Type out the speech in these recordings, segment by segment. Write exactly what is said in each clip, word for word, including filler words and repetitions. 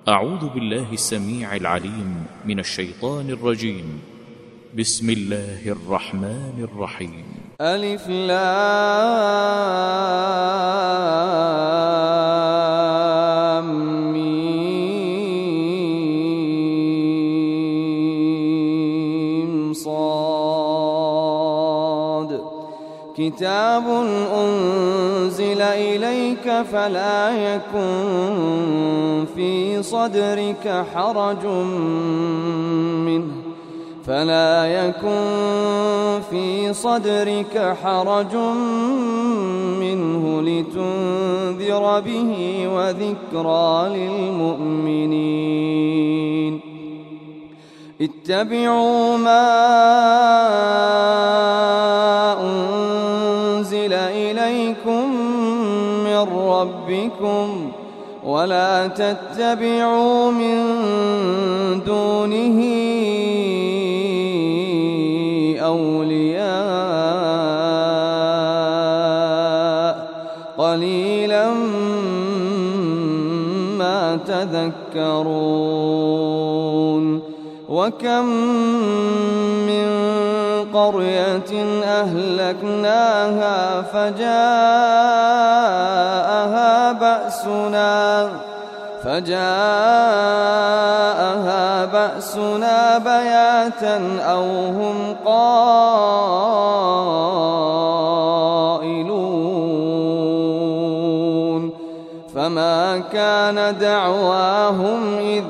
أعوذ بالله السميع العليم من الشيطان الرجيم. بسم الله الرحمن الرحيم. ألف لام ميم صاد. كتاب أنزل إليك فلا يكن في صدرك حرج منه فلا يكن في صدرك حرج منه لتنذر به وذكرى للمؤمنين. اتبعوا ما أنزل إليكم من ربكم ولا تتبعوا من دونه أولياء قليلا ما تذكرون. وكم من قرية أهلكناها فجاءها بأسنا فجاءها بأسنا بياتا أو هم قائلون. فما كان دعواهم إذ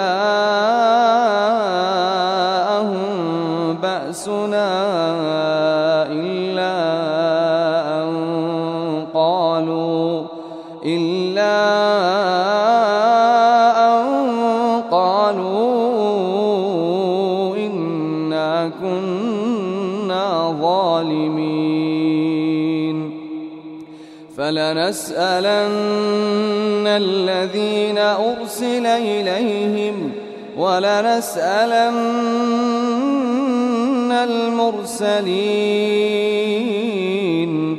جاءهم بأسنا إلا أن قالوا إلا أن قالوا إنا كنا ظالمين. فلنسألن الذين أرسل إليهم ولنسألن المرسلين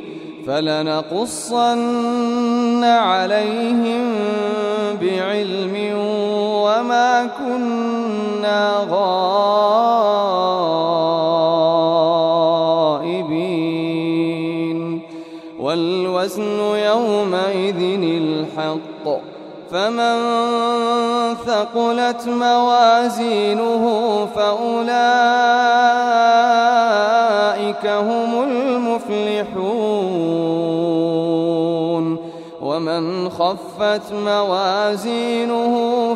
فلنقصن عليهم بعلم وما كنا غائبين. والوزن يومئذ الحق فمن ثقلت موازينه فأولئك هم المفلحون. ومن خفت موازينه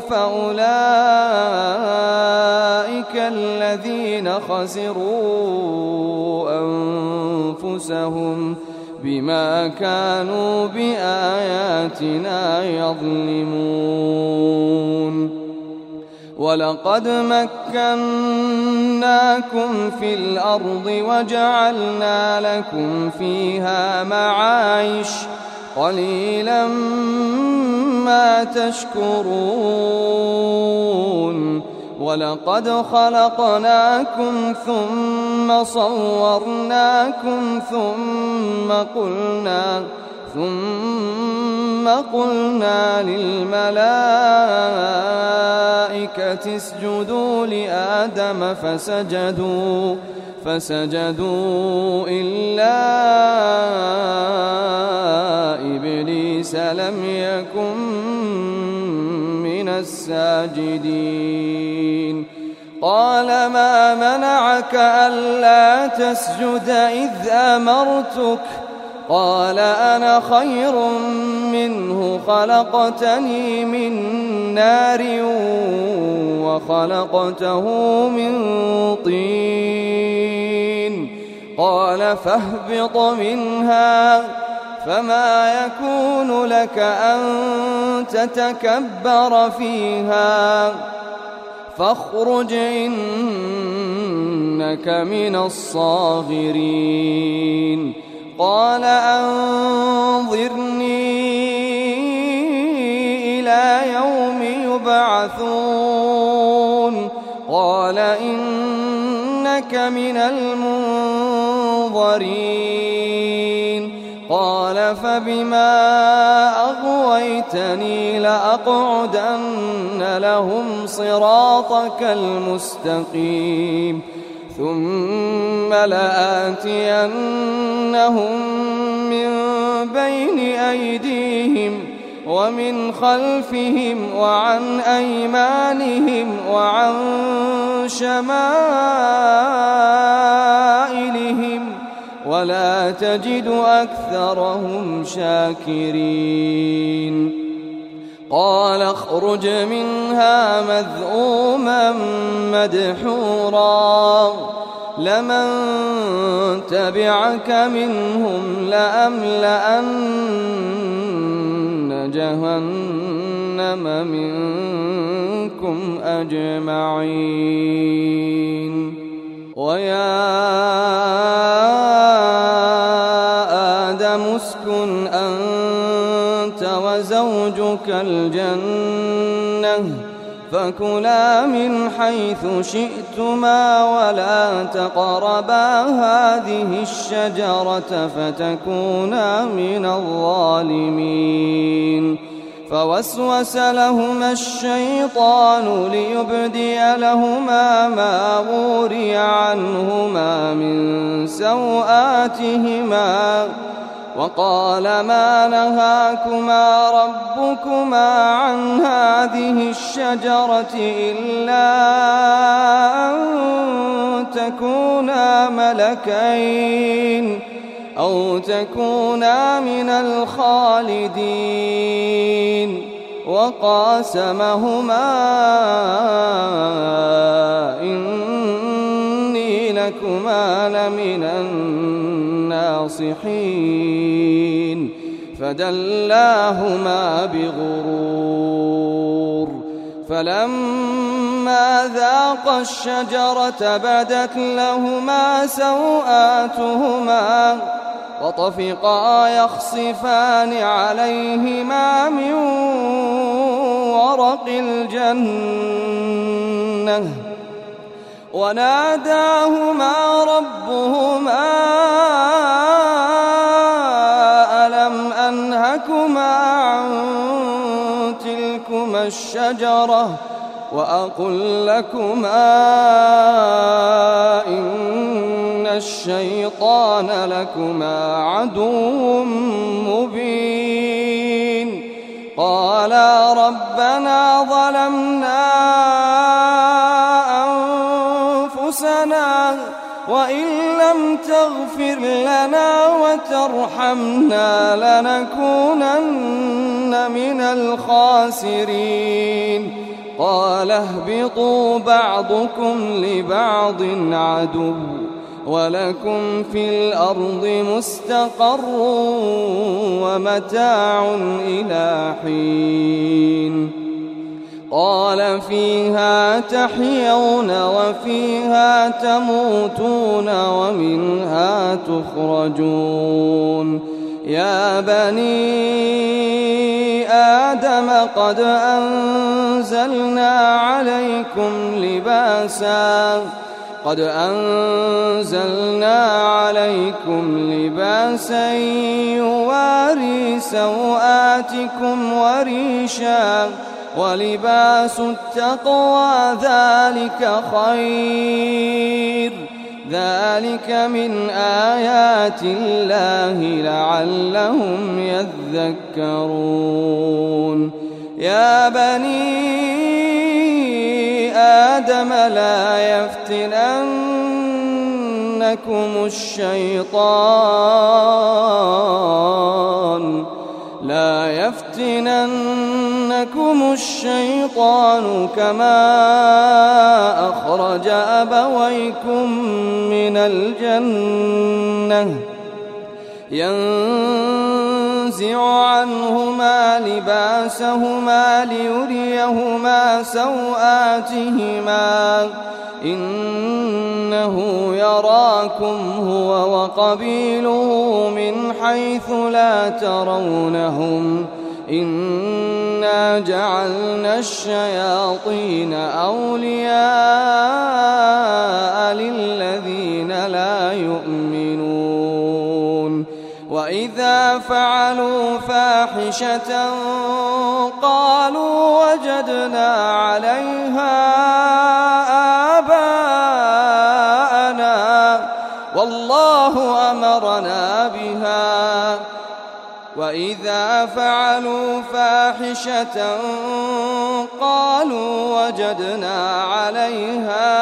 فأولئك الذين خسروا أنفسهم بما كانوا بآياتنا يظلمون. ولقد مكناكم في الأرض وجعلنا لكم فيها معايش قليلا ما تشكرون. ولقد خلقناكم ثم صورناكم ثم قلنا ثم قلنا للملائكة اسجدوا لآدم فسجدوا فسجدوا إلا إبليس لم يكن من الساجدين. قال ما منعك ألا تسجد إذ أمرتك؟ قال أنا خير منه خلقتني من نار وخلقته من طين. قال فاهبط منها فما يكون لك أن تتكبر فيها فاخرج إنك من الصاغرين. قال أنظرني إلى يوم يبعثون. قال إنك من المنظرين. قال فبما أغويتني لأقعدن لهم صراطك المستقيم ثم لآتينهم من بين أيديهم ومن خلفهم وعن أيمانهم وعن شمائلهم ولا تجد أكثرهم شاكرين قال اخرج منها مذءوما مدحورا لمن تبعك منهم لأملأن جهنم منكم أجمعين ويا آدم اسكن أنت وزوجك الجنة فكلا من حيث شئتما ولا تقربا هذه الشجرة فتكونا من الظالمين فوسوس لهما الشيطان ليبدي لهما ما وري عنهما من سوآتهما وقال ما نهاكما ربكما عن هذه الشجرة إلا أن تكونا ملكين أو تكونا من الخالدين وقاسمهما إني لكما لمن الناصحين فدلاهما بغرور فلما ذاقا الشجرة بدت لهما سوآتهما وطفقا يخصفان عليهما من ورق الجنة وناداهما ربهما ألم أنهكما عن تلكما الشجرة وأقل لكما إن الشيطان لكما عدو مبين قالا ربنا ظلمنا أنفسنا وإن لم تغفر لنا وترحمنا لنكونن من الخاسرين قال اهبطوا بعضكم لبعض عدو ولكم في الأرض مستقر ومتاع إلى حين قال فيها تحيون وفيها تموتون ومنها تخرجون يا بني آدم قد أنزلنا عليكم لباسا قد أنزلنا عليكم لباسا يواري سوآتكم وريشا ولباس التقوى ذلك خير ذلك من آيات الله لعلهم يذكرون يا بني آدم لا يفتننكم الشيطان لا يفتننكم الشيطان كما أخرج أبويكم من الجنة ينزع عنهما لباسهما ليريهما سوآتهما إنه يراكم هو وقبيله من حيث لا ترونهم إنا جعلنا الشياطين أولياء للذين لا يؤمنون وإذا فعلوا فاحشة قالوا وجدنا عليها آباءنا والله أمرنا بها وإذا فعلوا فاحشة قالوا وجدنا عليها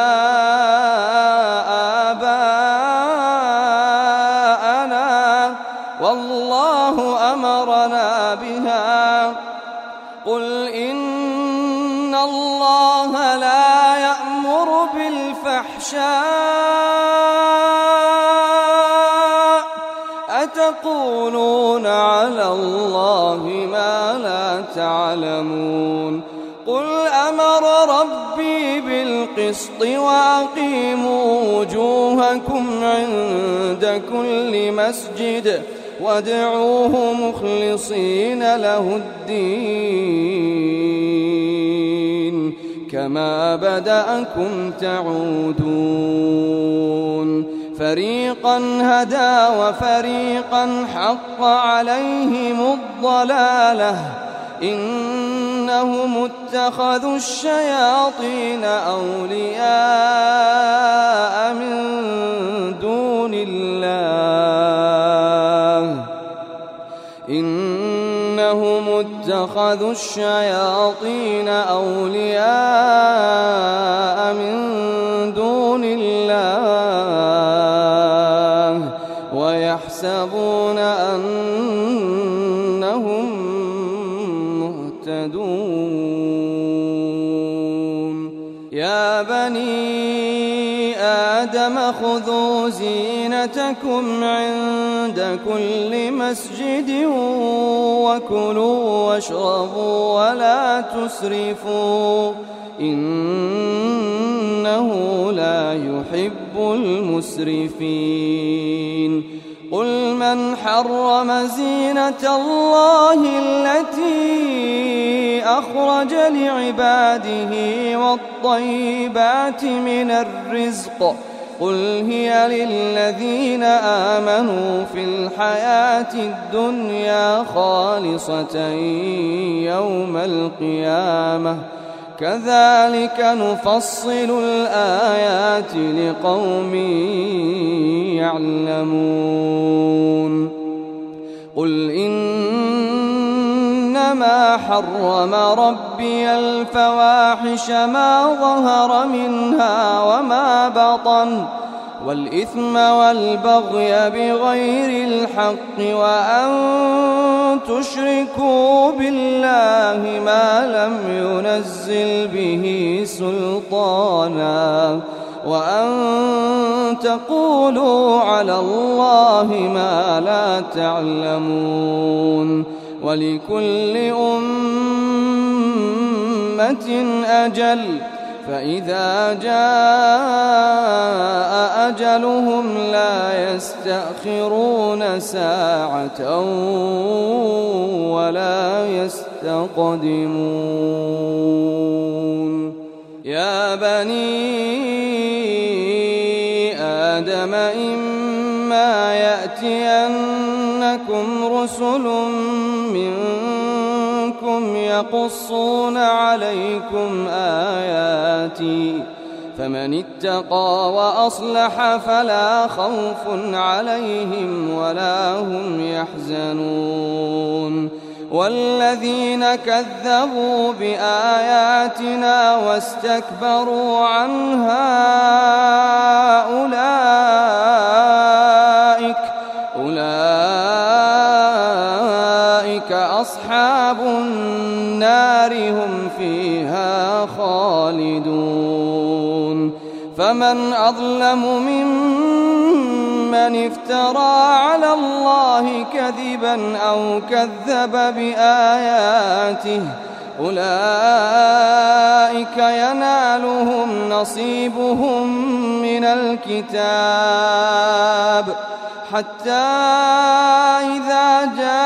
آباءنا والله أمرنا بها قل إن الله لا يأمر بالفحشاء أتقولون على الله ما لا تعلمون قل أمر ربي بالقسط وأقيموا وجوهكم عند كل مسجد وادعوه مخلصين له الدين كما بدأكم تعودون فريقا هدى وفريقا حق عليهم الضلالة إنهم اتخذوا الشياطين أولياء من دون الله إنهم اتخذوا الشياطين أولياء من دون الله ويحسبون أنهم مهتدون يا بني آدم خذوا زينتكم عند كل مسجد وكلوا واشربوا ولا تسرفوا إنه لا يحب المسرفين قل من حرم زينة الله التي أخرج لعباده والطيبات من الرزق قل هي للذين آمنوا في الحياة الدنيا خالصة يوم القيامة كذلك نفصل الآيات لقوم يعلمون قل إنما حرم ربي الفواحش ما ظهر منها وما بطن والإثم والبغي بغير الحق وأن تشركوا بالله ما لم ينزل به سلطانا وأن تقولوا على الله ما لا تعلمون ولكل أمة أجل فإذا جاء أجلهم لا يستأخرون ساعة ولا يستقدمون يا بني آدم إما يأتينكم رسل منكم يقصون عليكم آياتي فمن اتقى وأصلح فلا خوف عليهم ولا هم يحزنون والذين كذبوا بآياتنا واستكبروا عنها أولئك أولئك أصحاب النار هم فيها خالدون فمن أظلم ممن افترى على الله كذبا أو كذب بآياته أولئك ينالهم نصيبهم من الكتاب حتى إذا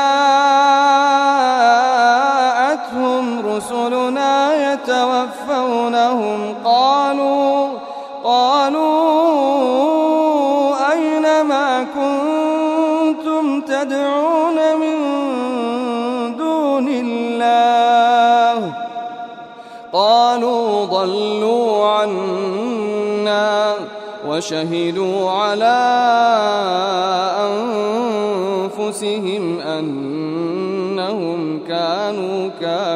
جاءتهم رسلنا يتوفونهم قالوا قالوا أين ما كنتم تدعون من ضلوا عنا وشهدوا على أنفسهم أنهم كانوا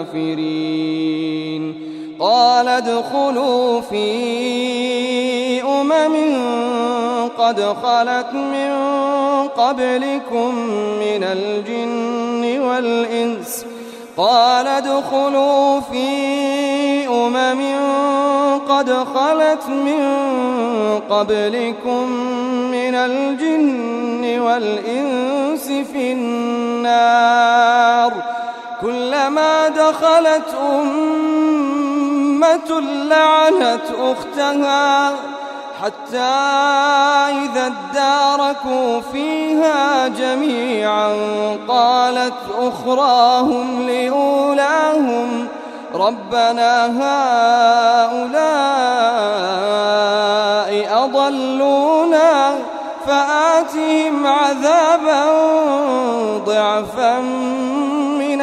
كافرين. قال ادخلوا في أمم قد خلت من قبلكم من الجن والإنس قال ادخلوا في أمم قد خلت من قبلكم من الجن والإنس في النار كلما دخلت أمة لعنت أختها حتى إذا اداركوا فيها جميعا قالت أخراهم لأولاهم ربنا هؤلاء أضلونا فآتهم عذابا ضعفا من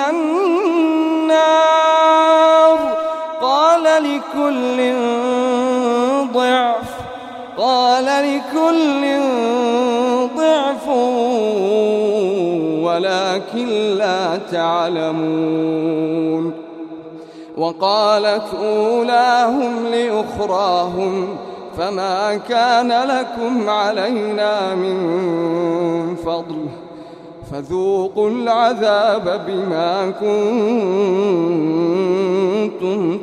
النار قال لكل ضعف قال لكل ضعف ولكن لا تعلمون. وقالت أولاهم لأخراهم فما كان لكم علينا من فضل فذوقوا العذاب بما كنتم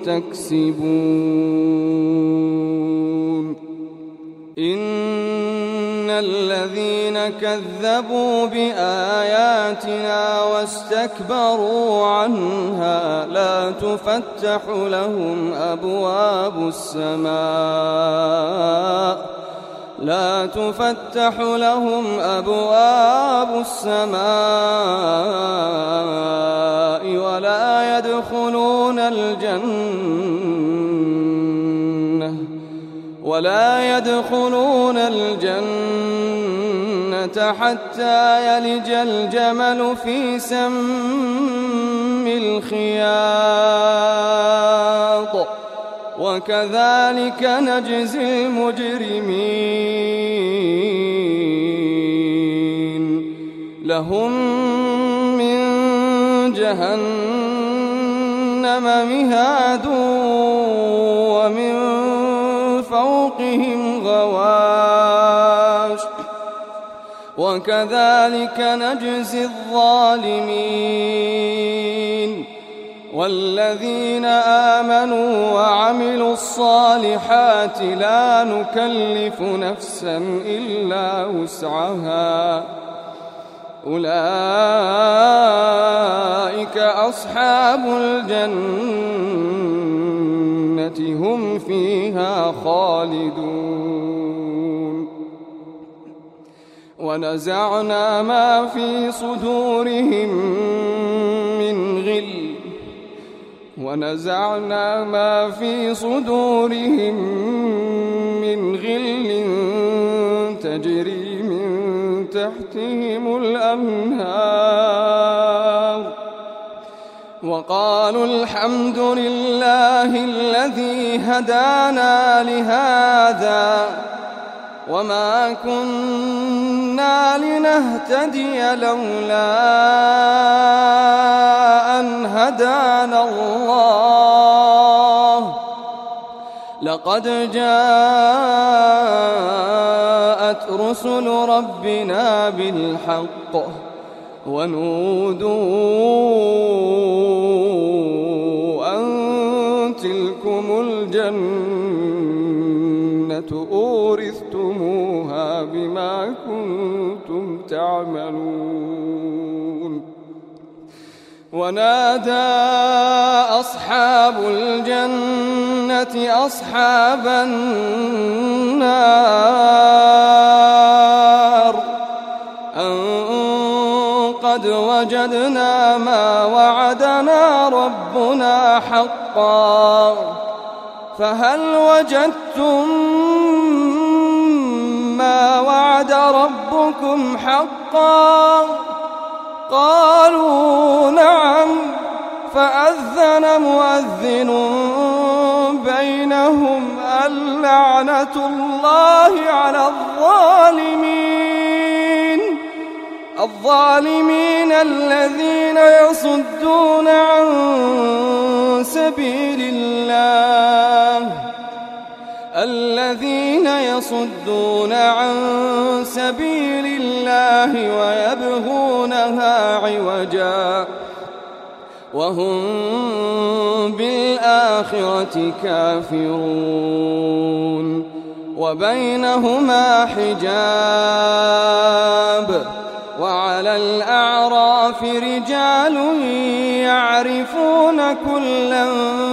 تكسبون. إن الذين كذبوا بآياتنا واستكبروا عنها لا تفتح لهم أبواب السماء لا تفتح لهم أبواب السماء ولا يدخلون الجنة ولا يدخلون الجنة حتى يلج الجمل في سم الخياط وكذلك نجزي المجرمين. لهم من جهنم مهاد ومن فوقهم غواش وكذلك نجزي الظالمين. والذين آمنوا وعملوا الصالحات لا نكلف نفسا إلا وسعها أولئك أصحاب الجنة هم فيها خالدون. ونزعنا ما في صدورهم من غل ونزعنا ما في صدورهم من غل تجري من تحتهم الأنهار وقالوا الحمد لله الذي هدانا لهذا وما كنا لنهتدي لولا أن هدانا الله لقد جاءت رسل ربنا بالحق ونودوا أن تلكم الجنة أورثتموها بما كنتم تعملون. ونادى أصحاب الجنة أصحاب النار أن قد وجدنا ما وعدنا ربنا حقا فهل وجدتم ما وعد ربكم حقا قالوا نعم فأذن مؤذن بينهم اللعنة الله على الظالمين الظالمين الذين يصدون عن سبيل الله الذين يصدون عن سبيل الله ويبغونها عوجا وهم بالآخرة كافرون وبينهما حجاب وعلى الأعراف رجال يعرفون كلا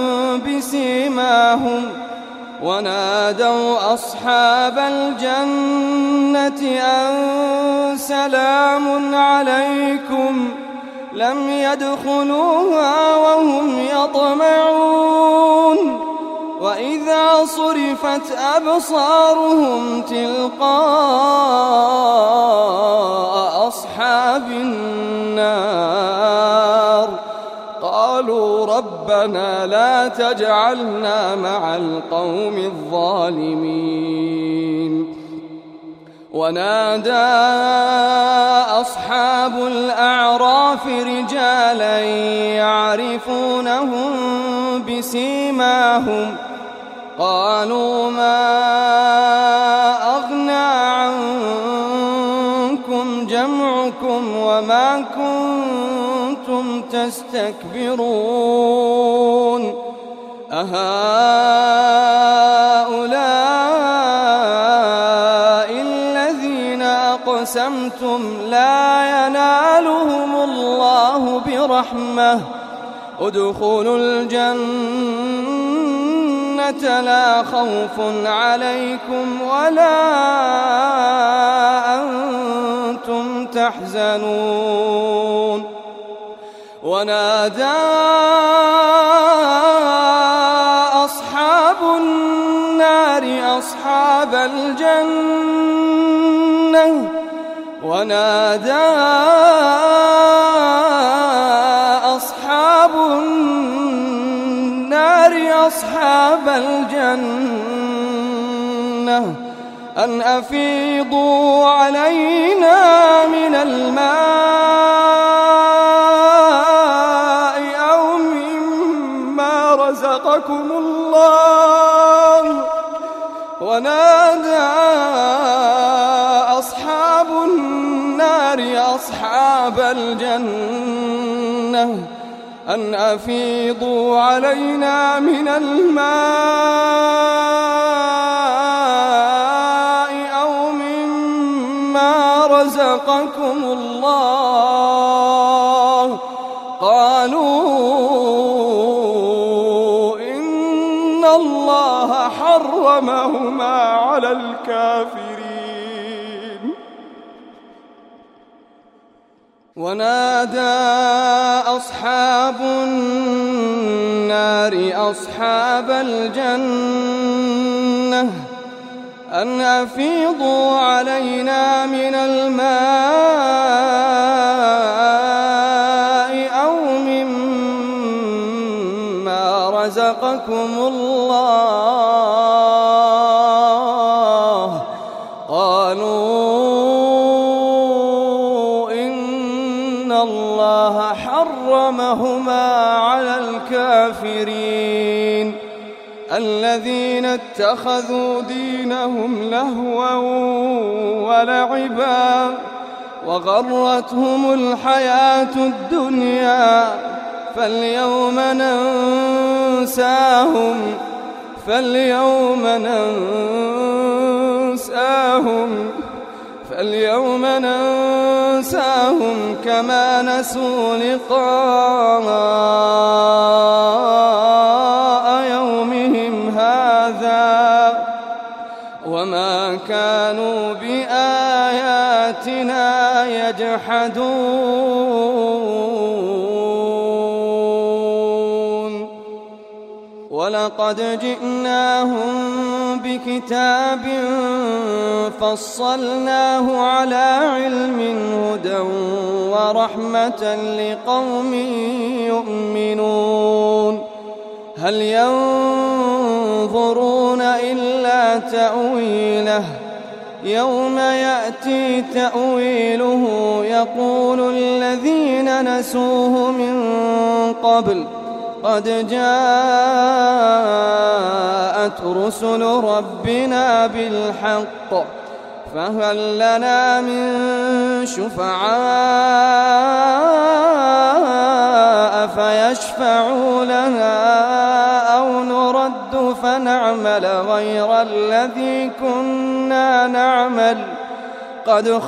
بسيماهم ونادوا أصحاب الجنة أن سلام عليكم لم يدخلوها وهم يطمعون وإذا صرفت أبصارهم تلقاء أصحاب النار قالوا ربنا لا تجعلنا مع القوم الظالمين ونادى أصحاب الأعراف رجالا يعرفونهم بسيماهم قالوا ما أغنى عنكم جمعكم وما كنتم تستكبرون أهؤلاء الذين أقسمتم لا ينالهم الله برحمة ادخلوا الجنة لا خوف عليكم ولا أنتم تحزنون ونادى أصحاب النار أصحاب الجنة ونادى أصحاب النار أصحاب الجنة أن أفيضوا علينا من الماء أو مما رزقكم الله ونادى أصحاب النار أصحاب الجنة أن أفيضوا علينا من الماء أو مما رزقكم الله قالوا إن الله حرمهما على الكافرين ونادى أصحاب النار أصحاب الجنة أن أفيضوا علينا من الماء أو مما رزقكم الله قالوا إن الله حرمهما على الكافرين الذين اتخذوا دينهم لهوا ولعبا وغرتهم الحياة الدنيا فاليوم ننساهم فاليوم ننساهم فاليوم ننساهم كما نسوا لقاء يومهم هذا وما كانوا بآياتنا يجحدون ولقد جئناهم بكتاب فصلناه على علم هدى ورحمة لقوم يؤمنون هل ينظرون إلا تأويله يوم يأتي تأويله يقول الذين نسوه من قبل قد جاءت رسل ربنا بالحق فهل لنا من شفعاء فيشفعوا لنا أو نرد فنعمل غير الذي كنا نعمل قد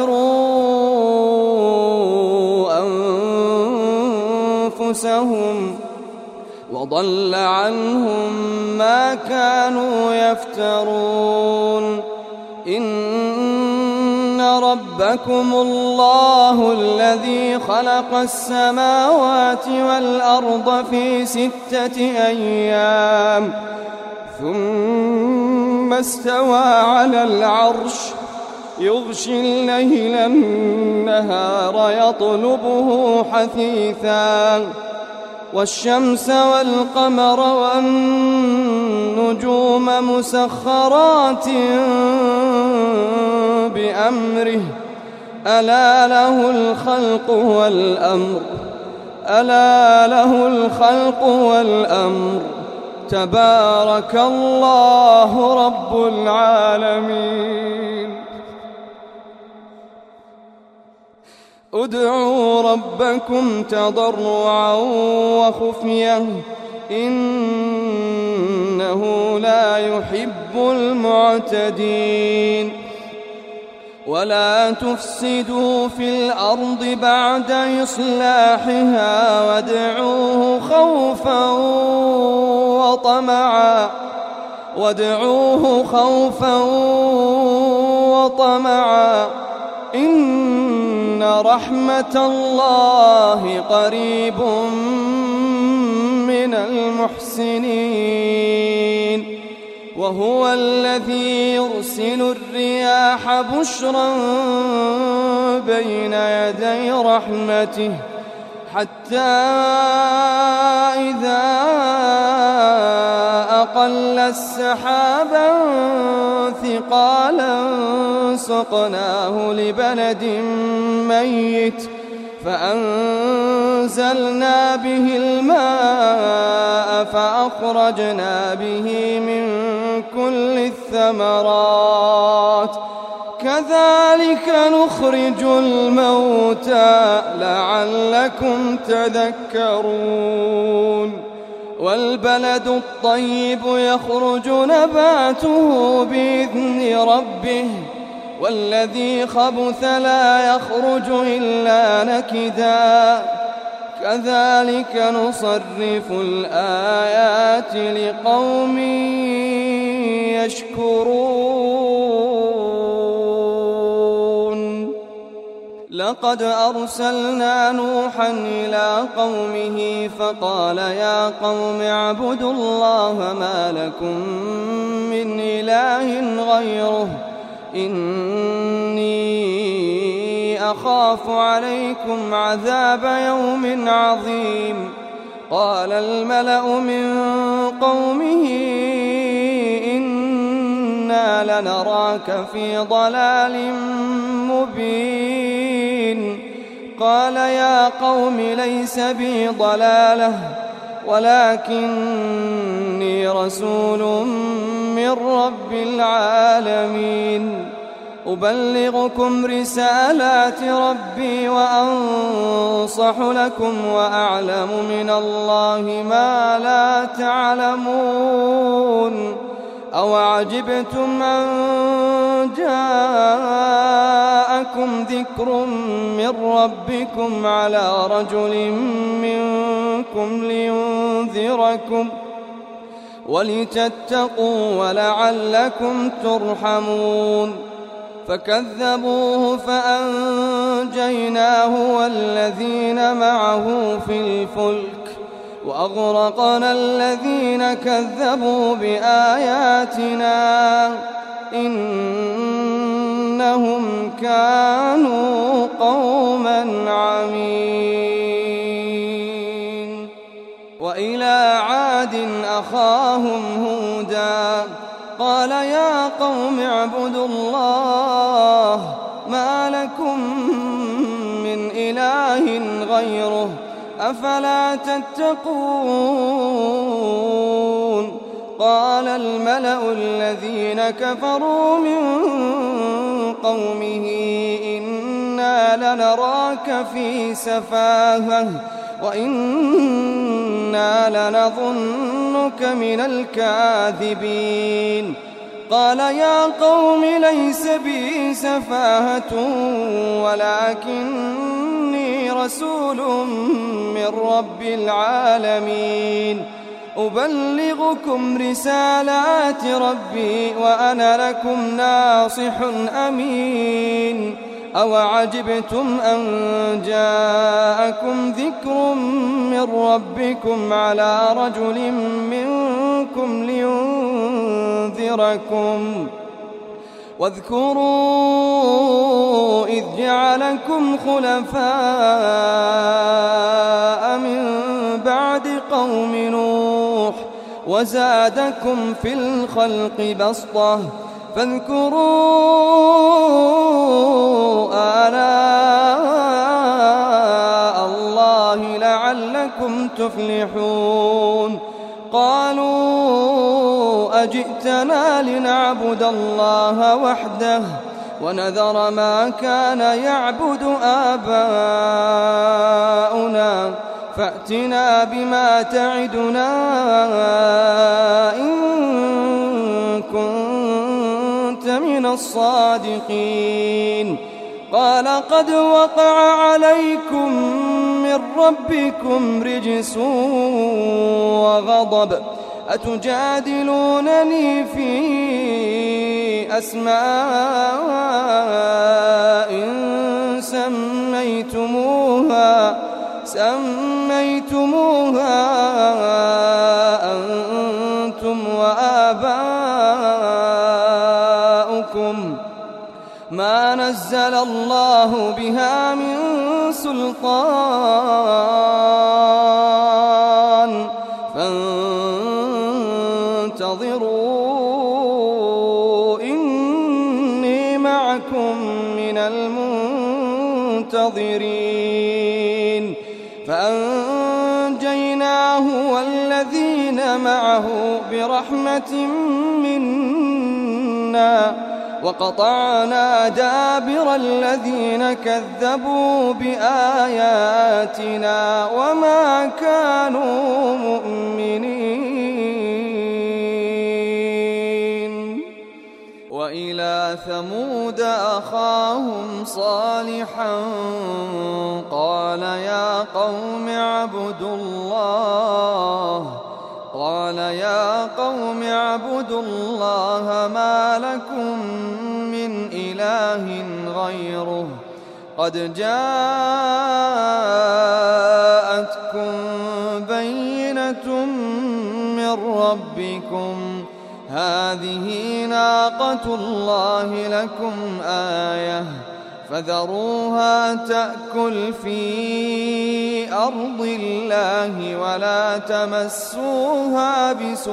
خسروا أنفسهم وضل عنهم ما كانوا يفترون إن ربكم الله الذي خلق السماوات والأرض في ستة أيام ثم استوى على العرش يغشي الليل النهار يطلبه حثيثا والشمس والقمر والنجوم مسخرات بأمره ألا له الخلق والأمر ألا له الخلق والأمر تبارك الله رب العالمين ادعوا ربكم تضرعا وخفية إنه لا يحب المعتدين ولا تفسدوا في الأرض بعد إصلاحها وادعوه خوفا وطمعا وادعوه خوفا وطمعا إن رحمة الله قريب من المحسنين وهو الذي يرسل الرياح بشرا بين يدي رحمته حتى إذا أقل السحابا ثقالا سقناه لبلد ميت فأنزلنا به الماء فأخرجنا به من كل الثمرات كذلك نخرج الموتى لعلكم تذكرون والبلد الطيب يخرج نباته بإذن ربه والذي خبث لا يخرج إلا نكدا كذلك نصرف الآيات لقوم يشكرون لقد أرسلنا نوحا إلى قومه فقال يا قوم اعبدوا الله ما لكم من إله غيره إني أخاف عليكم عذاب يوم عظيم قال الملأ من قومه إنا لنراك في ضلال مبين قال يا قوم ليس بي ضلالة ولكني رسول من رب العالمين أبلغكم رسالات ربي وأنصح لكم وأعلم من الله ما لا تعلمون أوعجبتم أن جاءكم ذكر من ربكم على رجل منكم لينذركم ولتتقوا ولعلكم ترحمون فكذبوه فأنجيناه والذين معه في الفلك وأغرقنا الذين كذبوا بآياتنا إنهم كانوا قوما عمين. وإلى عاد أخاهم هودا قال يا قوم اعبدوا الله ما لكم من إله غيره أفلا تتقون. قال الملأ الذين كفروا من قومه إنا لنراك في سفاهة وإنا لنظنك من الكاذبين. قال يا قوم ليس بي سفاهة ولكني رسول من رب العالمين أبلغكم رسالات ربي وأنا لكم ناصح أمين. أوعجبتم أن جاءكم ذكر من ربكم على رجل منكم لينذركم واذكروا إذ جعلكم خلفاء من بعد قوم نوح وزادكم في الخلق بسطة فاذكروا آلاء الله لعلكم تفلحون. قالوا أجئتنا لنعبد الله وحده ونذر ما كان يعبد آباؤنا فأتنا بما تعدنا إن كنت من الصادقين. قال قد وقع عليكم من ربكم رجس وغضب أتجادلونني في أسماء سميتموها سميتموها أنتم وآباؤكم ما نزل الله بها من سلطان فانتظروا إني معكم من المنتظرين. فأنجيناه والذين معه برحمة منا وقطعنا دابر الذين كذبوا بآياتنا وما كانوا مؤمنين. وإلى ثمود أخاهم صالحا قال يا قوم اعبدوا الله قال يا قوم اعبدوا الله ما لكم من إله غيره قد جاءتكم بينة من ربكم هذه ناقة الله لكم آية فذروها تأكل في أرض الله ولا تمسوها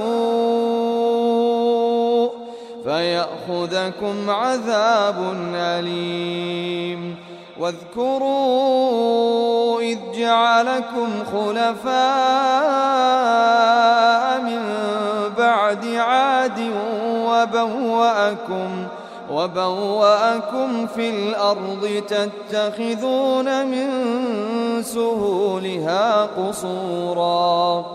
بسوء فيأخذكم عذاب أليم. واذكروا إذ جعلكم خلفاء من بعد عاد وبوأكم وبوأكم في الأرض تتخذون من سهولها قصورا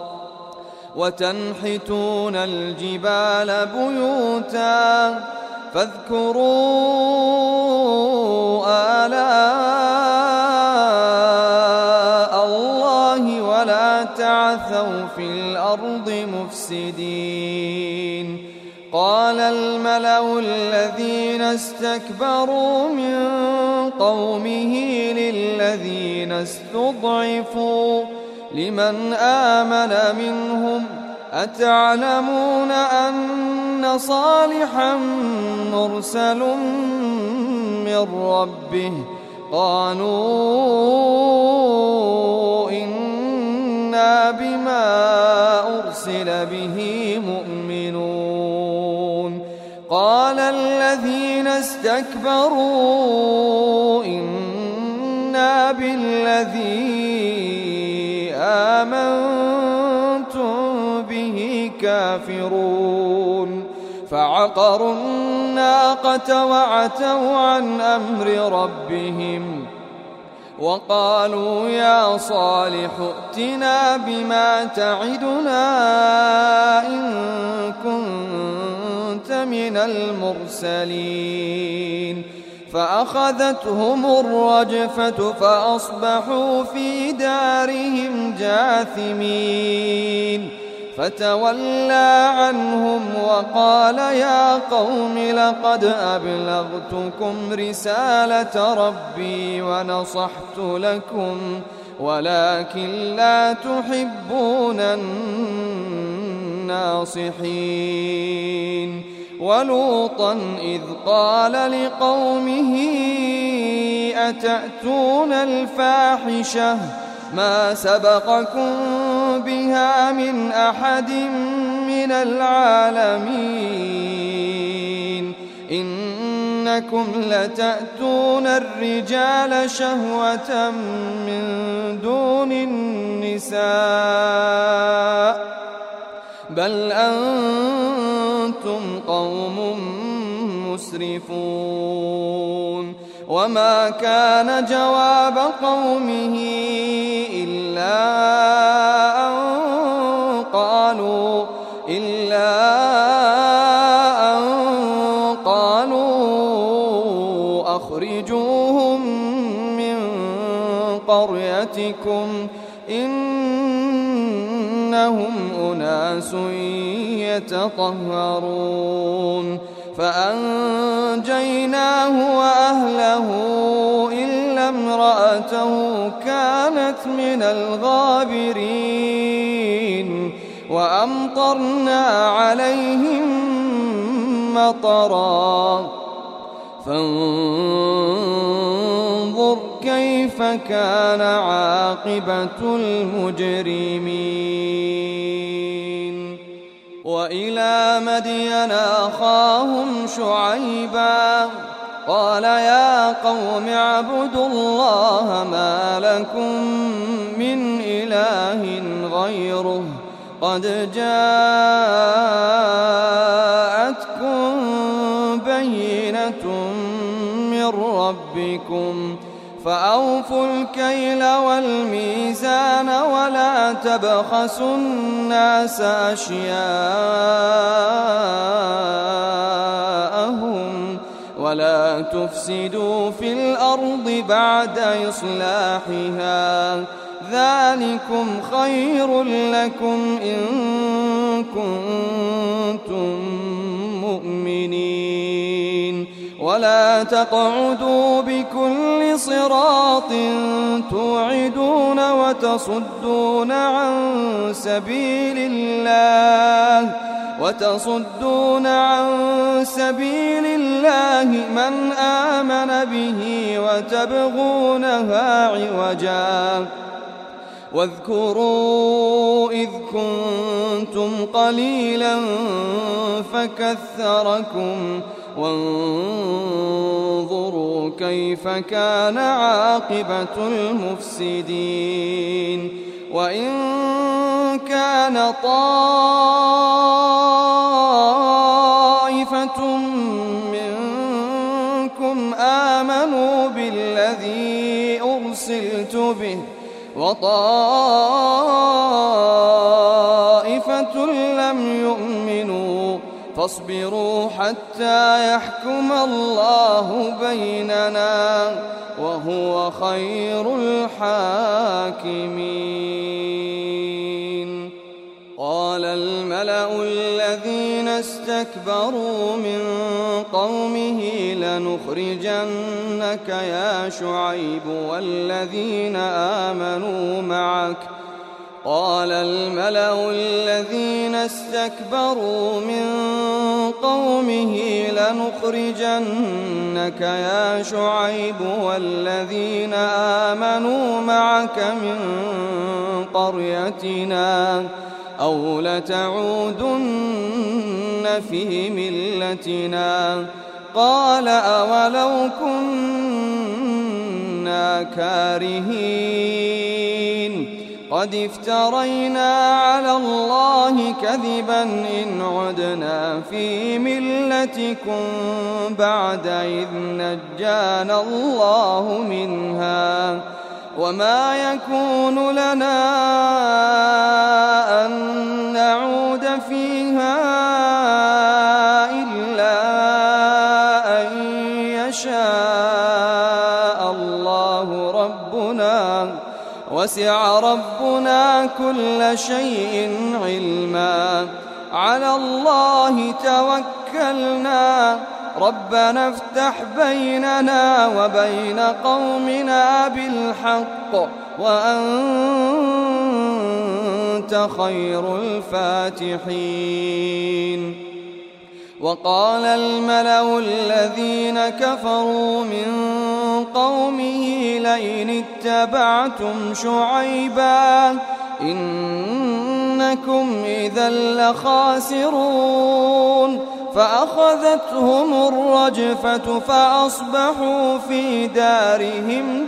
وتنحتون الجبال بيوتا فاذكروا آلاء الله ولا تعثوا في الأرض مفسدين. قال الملأ الذين استكبروا من قومه للذين استضعفوا لمن آمن منهم أتعلمون أن صالحا مرسل من ربه قالوا إنا بما أرسل به مؤمنون قال الذين استكبروا إنا بالذي آمنتم به كافرون فعقروا الناقة وعتوا عن أمر ربهم وقالوا يا صالح ائتنا بما تعدنا إن كنت من المرسلين فأخذتهم الرجفة فأصبحوا في دارهم جاثمين فتولى عنهم وقال يا قوم لقد أبلغتكم رسالة ربي ونصحت لكم ولكن لا تحبون الناصحين ولوطا إذ قال لقومه أتأتون الفاحشة ما سبقكم بها من أحد من العالمين إنكم لتأتون الرجال شهوة من دون النساء بل أنتم قوم مسرفون وما كان جواب قومه إلا أن قالوا إلا أن قالوا أخرجوهم من قريتكم إنهم أناس يتطهرون فأنجيناه وأهله إلا امرأته كانت من الغابرين وأمطرنا عليهم مطرا فانظر كيف كان عاقبة المجرمين وإلى مدين أخاهم شعيبا قال يا قوم اعبدوا الله ما لكم من إله غيره قد جاءتكم بينة من ربكم فأوفوا الكيل والميزان ولا تبخسوا الناس أشياءهم ولا تفسدوا في الأرض بعد إصلاحها ذلكم خير لكم إن كنتم مؤمنين ولا تقعدوا بكل صراط توعدون وتصدون عن سبيل الله وتصدون عن سبيل الله من آمن به وتبغونها عوجا واذكروا إذ كنتم قليلا فكثركم وانظروا كيف كان عاقبة المفسدين وإن كان طائفة منكم آمنوا بالذي أرسلت به وطائفة لم يؤمنوا فاصبروا حتى يحكم الله بيننا وهو خير الحاكمين قال الملأ الذين استكبروا من قومه لنخرجنك يا شعيب والذين آمنوا معك قال الملأ الذين استكبروا من قومه لنخرجنك يا شعيب والذين آمنوا معك من قريتنا أو لتعودن في ملتنا قال أولو كنا كارهين قد افترينا على الله كذبا إن عدنا في ملتكم بعد إذ نجانا الله منها وما يكون لنا أن نعود فيها إلا أن يشاء الله ربنا وسع ربنا كل شيء علما على الله توكلنا ربنا افتح بيننا وبين قومنا بالحق وأنت خير الفاتحين. وقال الملأ الذين كفروا من قومه لئن اتبعتم شعيبا إنكم إذا لخاسرون فأخذتهم الرجفة فأصبحوا في دارهم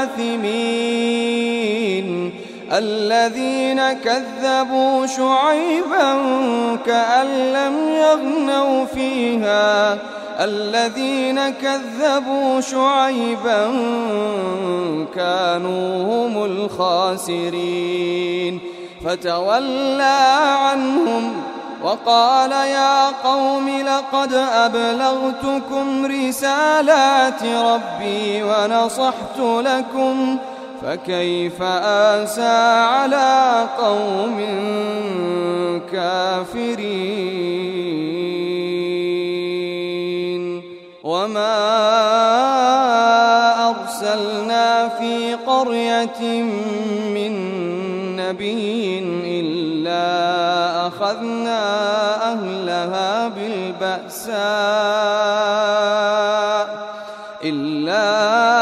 جاثمين. الذين كذبوا شعيبا كأن لم يغنوا فيها الذين كذبوا شعيبا كانوا هم الخاسرين فتولى عنهم وقال يا قوم لقد أبلغتكم رسالات ربي ونصحت لكم فكيف آسى على قوم كافرين. وما أرسلنا في قرية من نبي إلا أخذنا أهلها بالبأساء إلا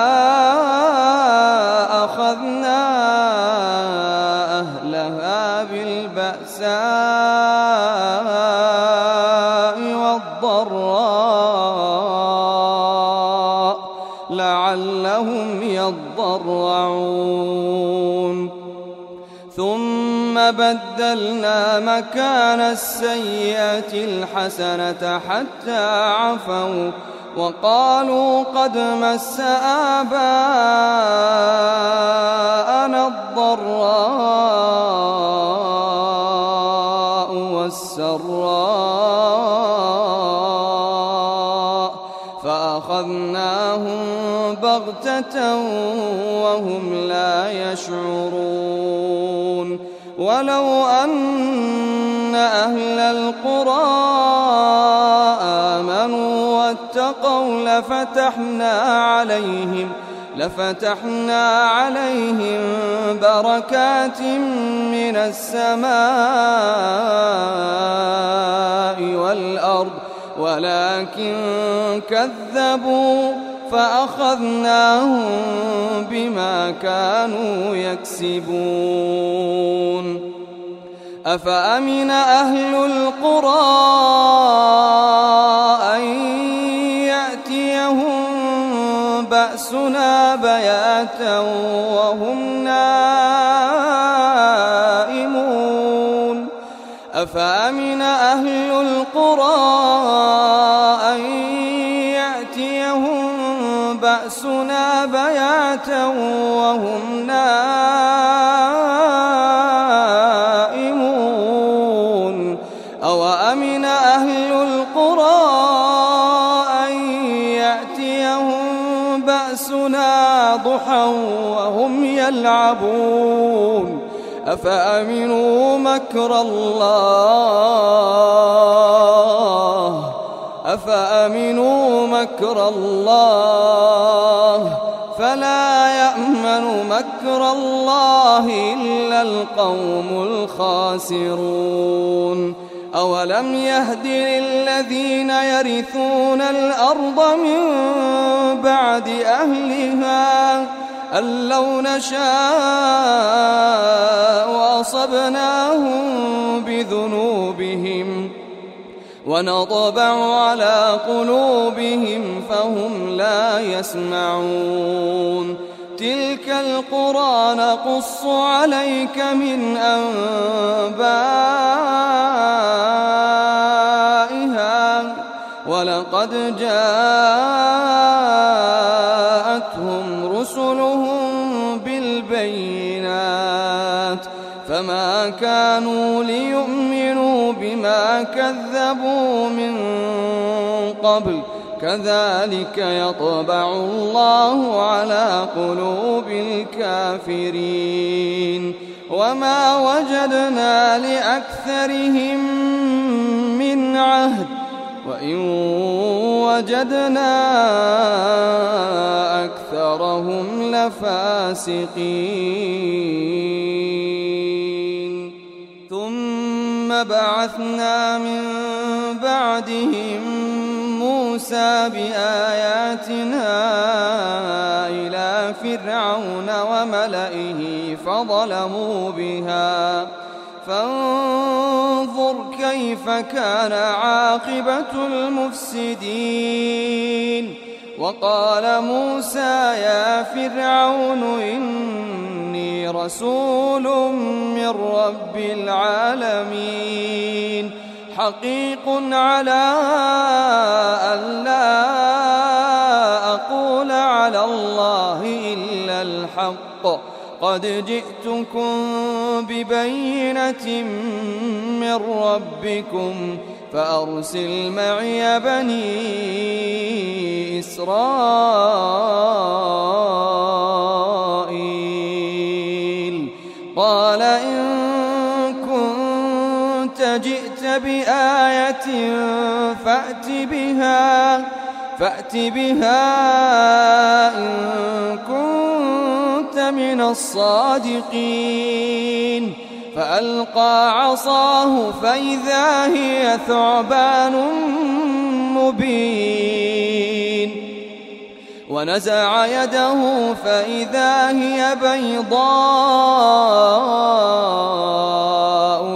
أخذنا أهلها بالبأساء والضراء لعلهم يضرعون ثم بدلنا مكان السيئة الحسنة حتى عفوا وقالوا قد مس آباءنا الضراء والسراء فأخذناهم بغتة وهم لا يشعرون. ولو أن أهل القرى آمنوا واتقوا لفتحنا عليهم لفتحنا عليهم بركات من السماء والأرض ولكن كذبوا فأخذناهم بما كانوا يكسبون. أفأمن أهل القرى أن يأتيهم بأسنا بياتا وهم نائمون أفأمن أهل القرى أن يأتيهم بأسنا بياتا وهم نائمون أو أمن أهل القرى أن يأتيهم بأسنا ضحى وهم يلعبون أفأمنوا مكر الله أفأمنوا مكر الله فلا يأمن يأمن مكر الله إلا القوم الخاسرون أولم يهد للذين يرثون الأرض من بعد أهلها أن لو نشاء أصبناهم بذنوبهم ونطبع على قلوبهم فهم لا يسمعون تلك القرى نقص عليك من أنبائها ولقد جاءتهم رسلهم بالبينات فما كانوا ليؤمنوا بما كذبوا من قبل كذلك يطبع الله على قلوب الكافرين وما وجدنا لأكثرهم من عهد وإن وجدنا أكثرهم لفاسقين ثم بعثنا من بعدهم موسى بآياتنا إلى فرعون وملئه فظلموا بها فانظر كيف كان عاقبة المفسدين وقال موسى يا فرعون إني رسول من رب العالمين حقيق على ألا أقول على الله إلا الحق قد جئتكم ببينة من ربكم فأرسل معي بني إسرائيل قال إن كنت جئت بآية فأت بها فأت بها إن كنت من الصادقين فألقى عصاه فإذا هي ثعبان مبين ونزع يده فإذا هي بيضاء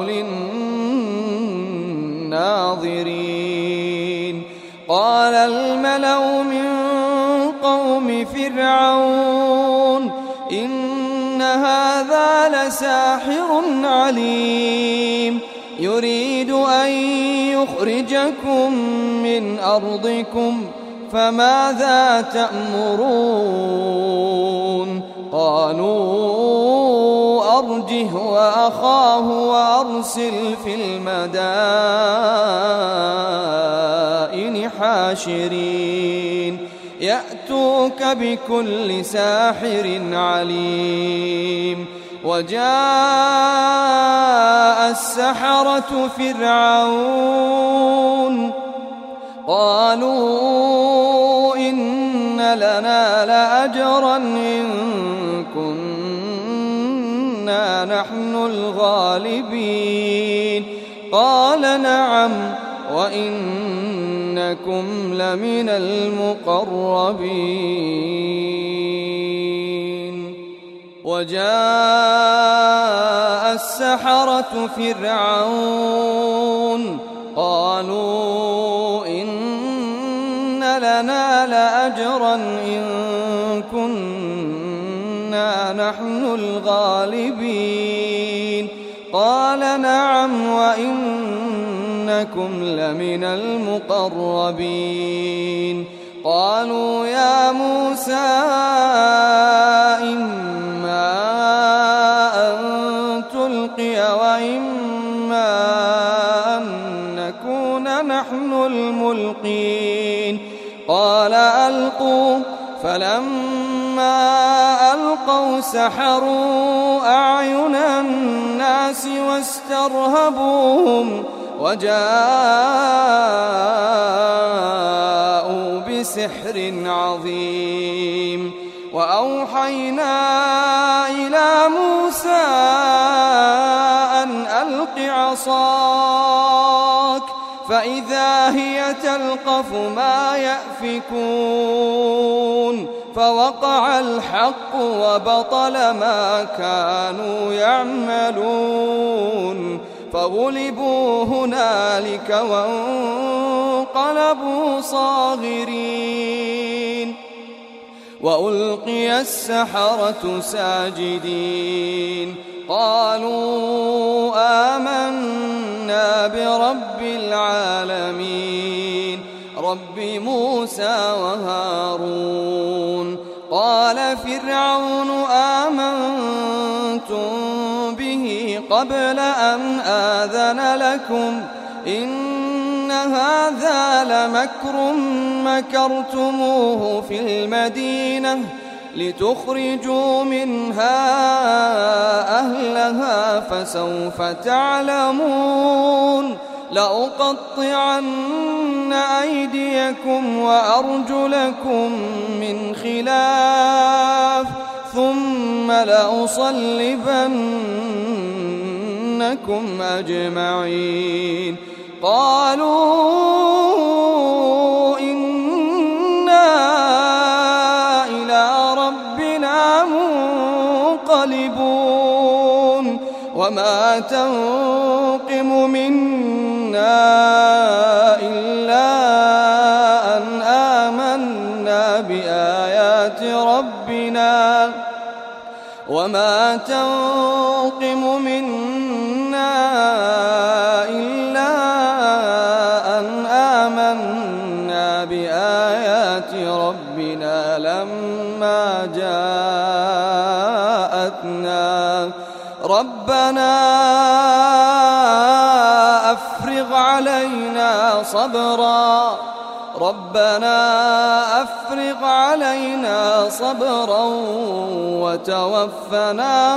للناظرين قال الملأ من قوم فرعون إن هذا لساحر عليم يريد أن يخرجكم من أرضكم فماذا تأمرون قالوا أرجه وأخاه وأرسل في المدائن حاشرين يأتوك بكل ساحر عليم وجاء السحرة فرعون قالوا إن لنا لأجرا إن كنا نحن الغالبين قال نعم وإنكم لمن المقربين وجاء السحرة فرعون قالوا إن لنا لأجرا إن كنا نحن الغالبين قال نعم وإنكم لمن المقربين قالوا يا موسى إما أن تلقي وإما أن نكون نحن الملقين قال ألقوا فلما ألقوا سحروا أعين الناس واسترهبوهم وجاءوا بسحر عظيم وأوحى وأوحينا إلى موسى أن ألق عصاك فإذا هي تلقف ما يأفكون فوقع الحق وبطل ما كانوا يعملون فغلبوا هنالك وانقلبوا صاغرين وألقي السحرة ساجدين قالوا آمنا برب العالمين رب موسى وهارون قال فرعون آمنتم به قبل أن آذن لكم إن هذا لمكر مكرتموه في المدينة لتخرجوا منها أهلها فسوف تعلمون لأقطعن أيديكم وأرجلكم من خلاف ثم لأصلبنكم أجمعين قالوا إنا إلى ربنا منقلبون وما تنقم منا إلا أن آمنا بآيات ربنا وما تنقم منا إلا أن آمنا بآيات ربنا لما جاءتنا ربنا أفرغ علينا صبرا ربنا أفرغ علينا صبرا وتوفنا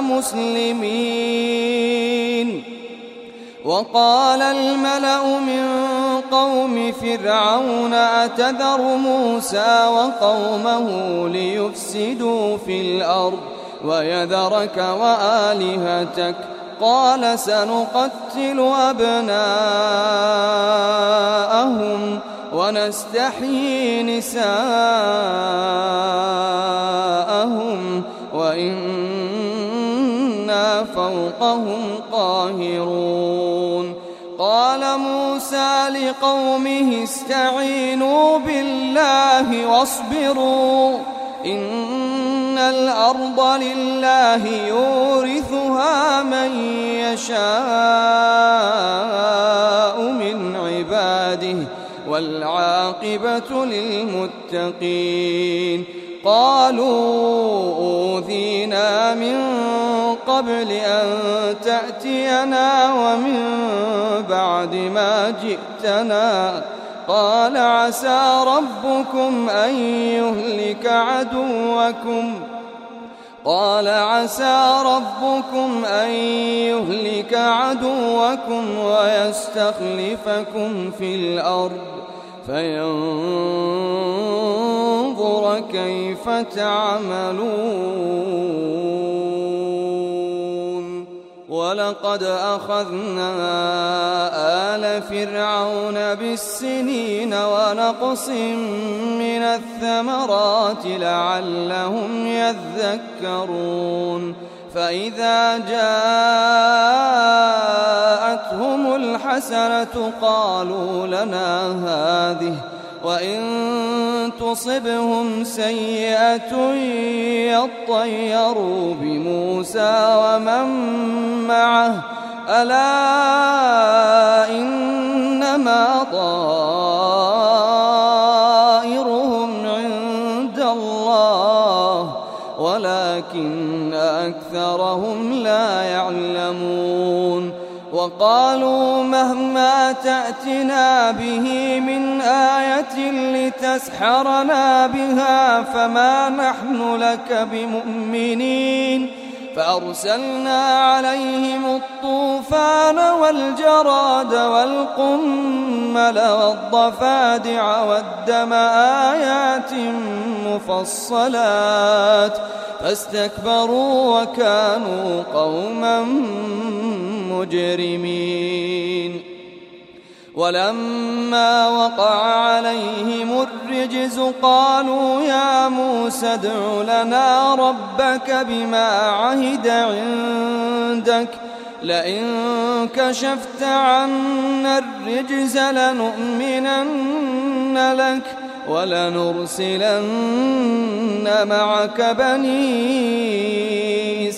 مسلمين وقال الملأ من قوم فرعون أتذر موسى وقومه ليفسدوا في الأرض ويذرك وآلهتك قال سنقتل أبناءهم ونستحيي نساءهم وإنا فوقهم قاهرون قال موسى لقومه استعينوا بالله واصبروا إن الأرض لله يورثها من يشاء من عباده والعاقبة للمتقين قالوا أوذينا من قبل أن تأتينا ومن بعد ما جئتنا قال عسى ربكم أن يهلك عدوكم قال عسى ربكم أن يهلك عدوكم ويستخلفكم في الأرض فينظر كيف تعملون ولقد أخذنا آل فرعون بالسنين ونقص من الثمرات لعلهم يذكرون فإذا جاءتهم الحسنة قالوا لنا هذه وإن تصبهم سيئة يطيروا بموسى ومن معه ألا إنما طائرهم عند الله ولكن أكثرهم لا يعلمون وقالوا مهما تأتنا به من آية لتسحرنا بها فما نحن لك بمؤمنين فأرسلنا عليهم الطوفان والجراد والقمل والضفادع والدم آيات مفصلات فاستكبروا وكانوا قوما مجرمين. ولما وقع عليهم الرجز قالوا يا موسى ادع لنا ربك بما عهد عندك لئن كشفت عنا الرجز لنؤمنن لك ولنرسلن معك بني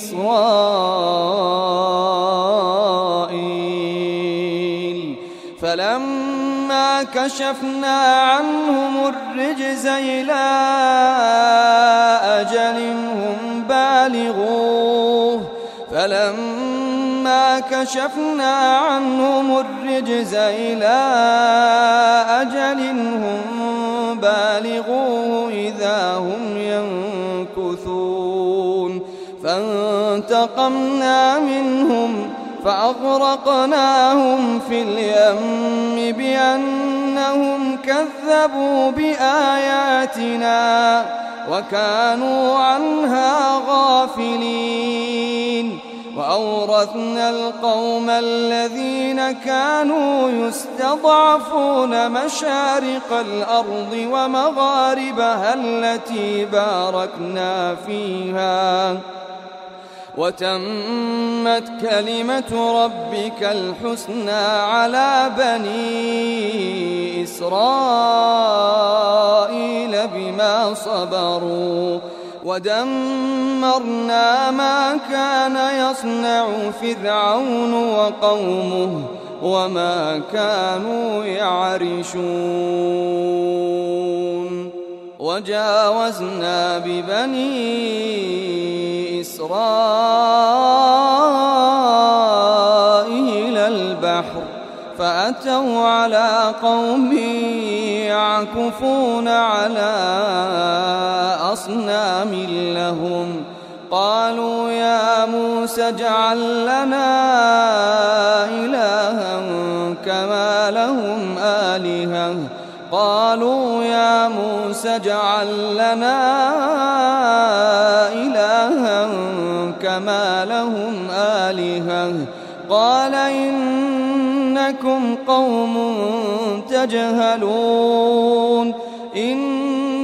إسرائيل. فلما كشفنا عنهم الرجز إلى أجل هم بالغوه فلما كشفنا عنهم الرجز إلى أجل هم بالغوه إذا هم ينكثون فانتقمنا منهم فأغرقناهم في اليم بأنهم كذبوا بآياتنا وكانوا عنها غافلين. وأورثنا القوم الذين كانوا يستضعفون مشارق الأرض ومغاربها التي باركنا فيها وتمت كلمة ربك الحسنى على بني إسرائيل بما صبروا ودمرنا ما كان يصنع فرعون وقومه وما كانوا يعرشون. وجاوزنا ببني إسرائيل البحر فأتوا على قوم يعكفون على أصنام لهم قالوا يا موسى اجعل لنا إلها كما لهم آلهة قالوا يا موسى اجعل لنا إلها كما لهم آلهة قال إنكم قوم تجهلون إن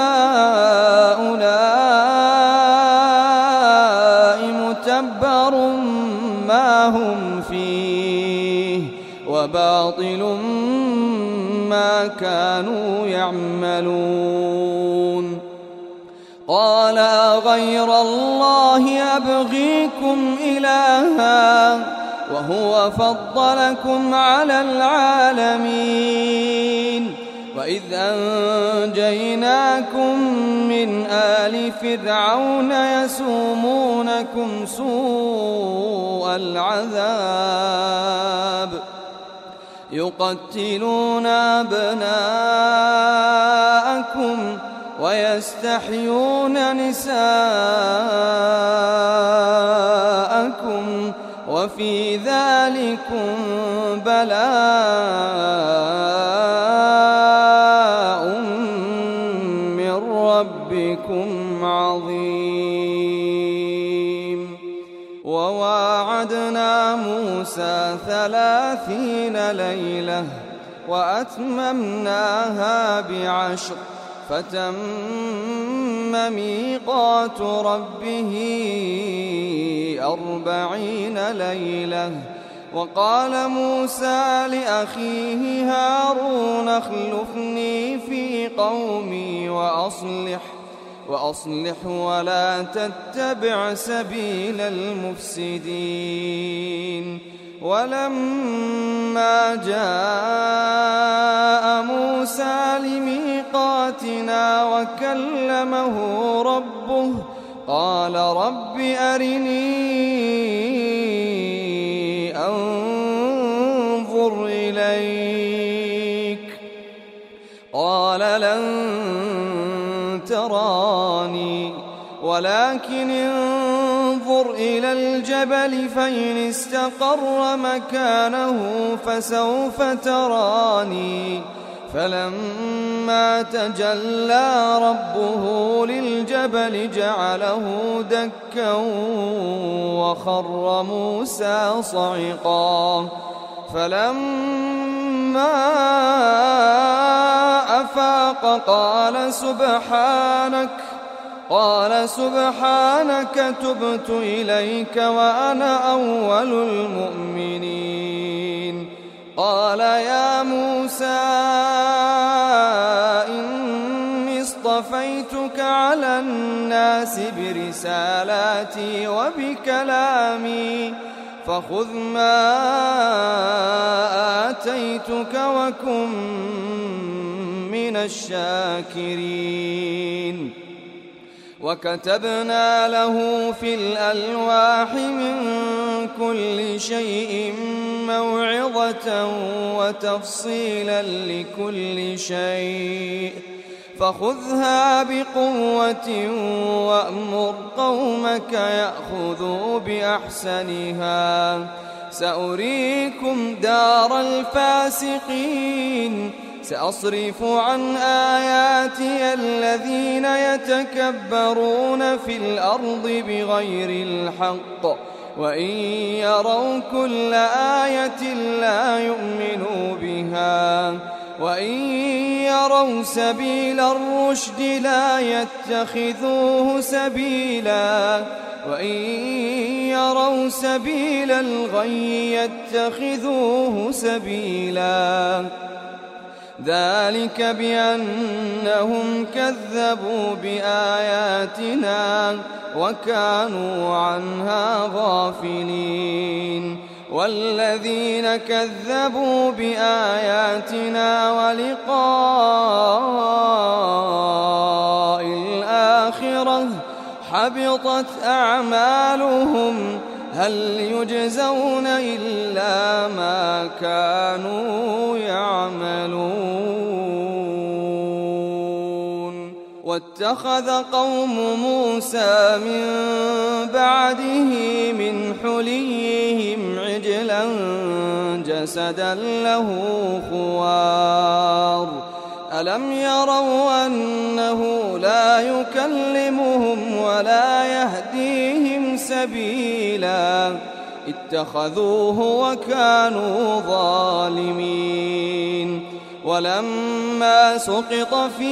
هؤلاء متبر ما هم فيه وباطل ما كانوا يعملون. قال غير الله أبغيكم إلها وهو فضلكم على العالمين وإذ أنجيناكم من آل فرعون يسومونكم سوء العذاب يقتلون أبناءكم ويستحيون نساءكم وفي ذلكم بلاء من ربكم عظيم. وواعدنا موسى ثلاثين ليلة وأتممناها بعشر فتم ميقات ربه أربعين ليلة. وقال موسى لأخيه هارون اخلفني في قومي وأصلح وأصلح ولا تتبع سبيل المفسدين. ولما جاء موسى لميقاتنا وكلمه ربه قال رب أرني أنظر إليك قال لن تراني ولكن انظر انظر إلى الجبل فإن استقر مكانه فسوف تراني فلما تجلى ربه للجبل جعله دكا وخر موسى صعقا فلما أفاق قال سبحانك قال سبحانك تبت إليك وأنا أول المؤمنين قال يا موسى إني اصطفيتك على الناس برسالاتي وبكلامي فخذ ما آتيتك وكن من الشاكرين وكتبنا له في الألواح من كل شيء موعظة وتفصيلا لكل شيء فخذها بقوة وأمر قومك يأخذوا بأحسنها سأريكم دار الفاسقين سأصرف عن آياتي الذين يتكبرون في الأرض بغير الحق وإن يروا كل آية لا يؤمنوا بها وإن يروا سبيل الرشد لا يتخذوه سبيلا وإن يروا سبيل الغي يتخذوه سبيلا ذلك بأنهم كذبوا بآياتنا وكانوا عنها غافلين والذين كذبوا بآياتنا ولقاء الآخرة حبطت أعمالهم هل يجزون إلا ما كانوا يعملون واتخذ قوم موسى من بعده من حليهم عجلا جسدا له خوار ألم يروا أنه لا يكلمهم ولا يهديهم سبيلا اتخذوه وكانوا ظالمين ولما سقط في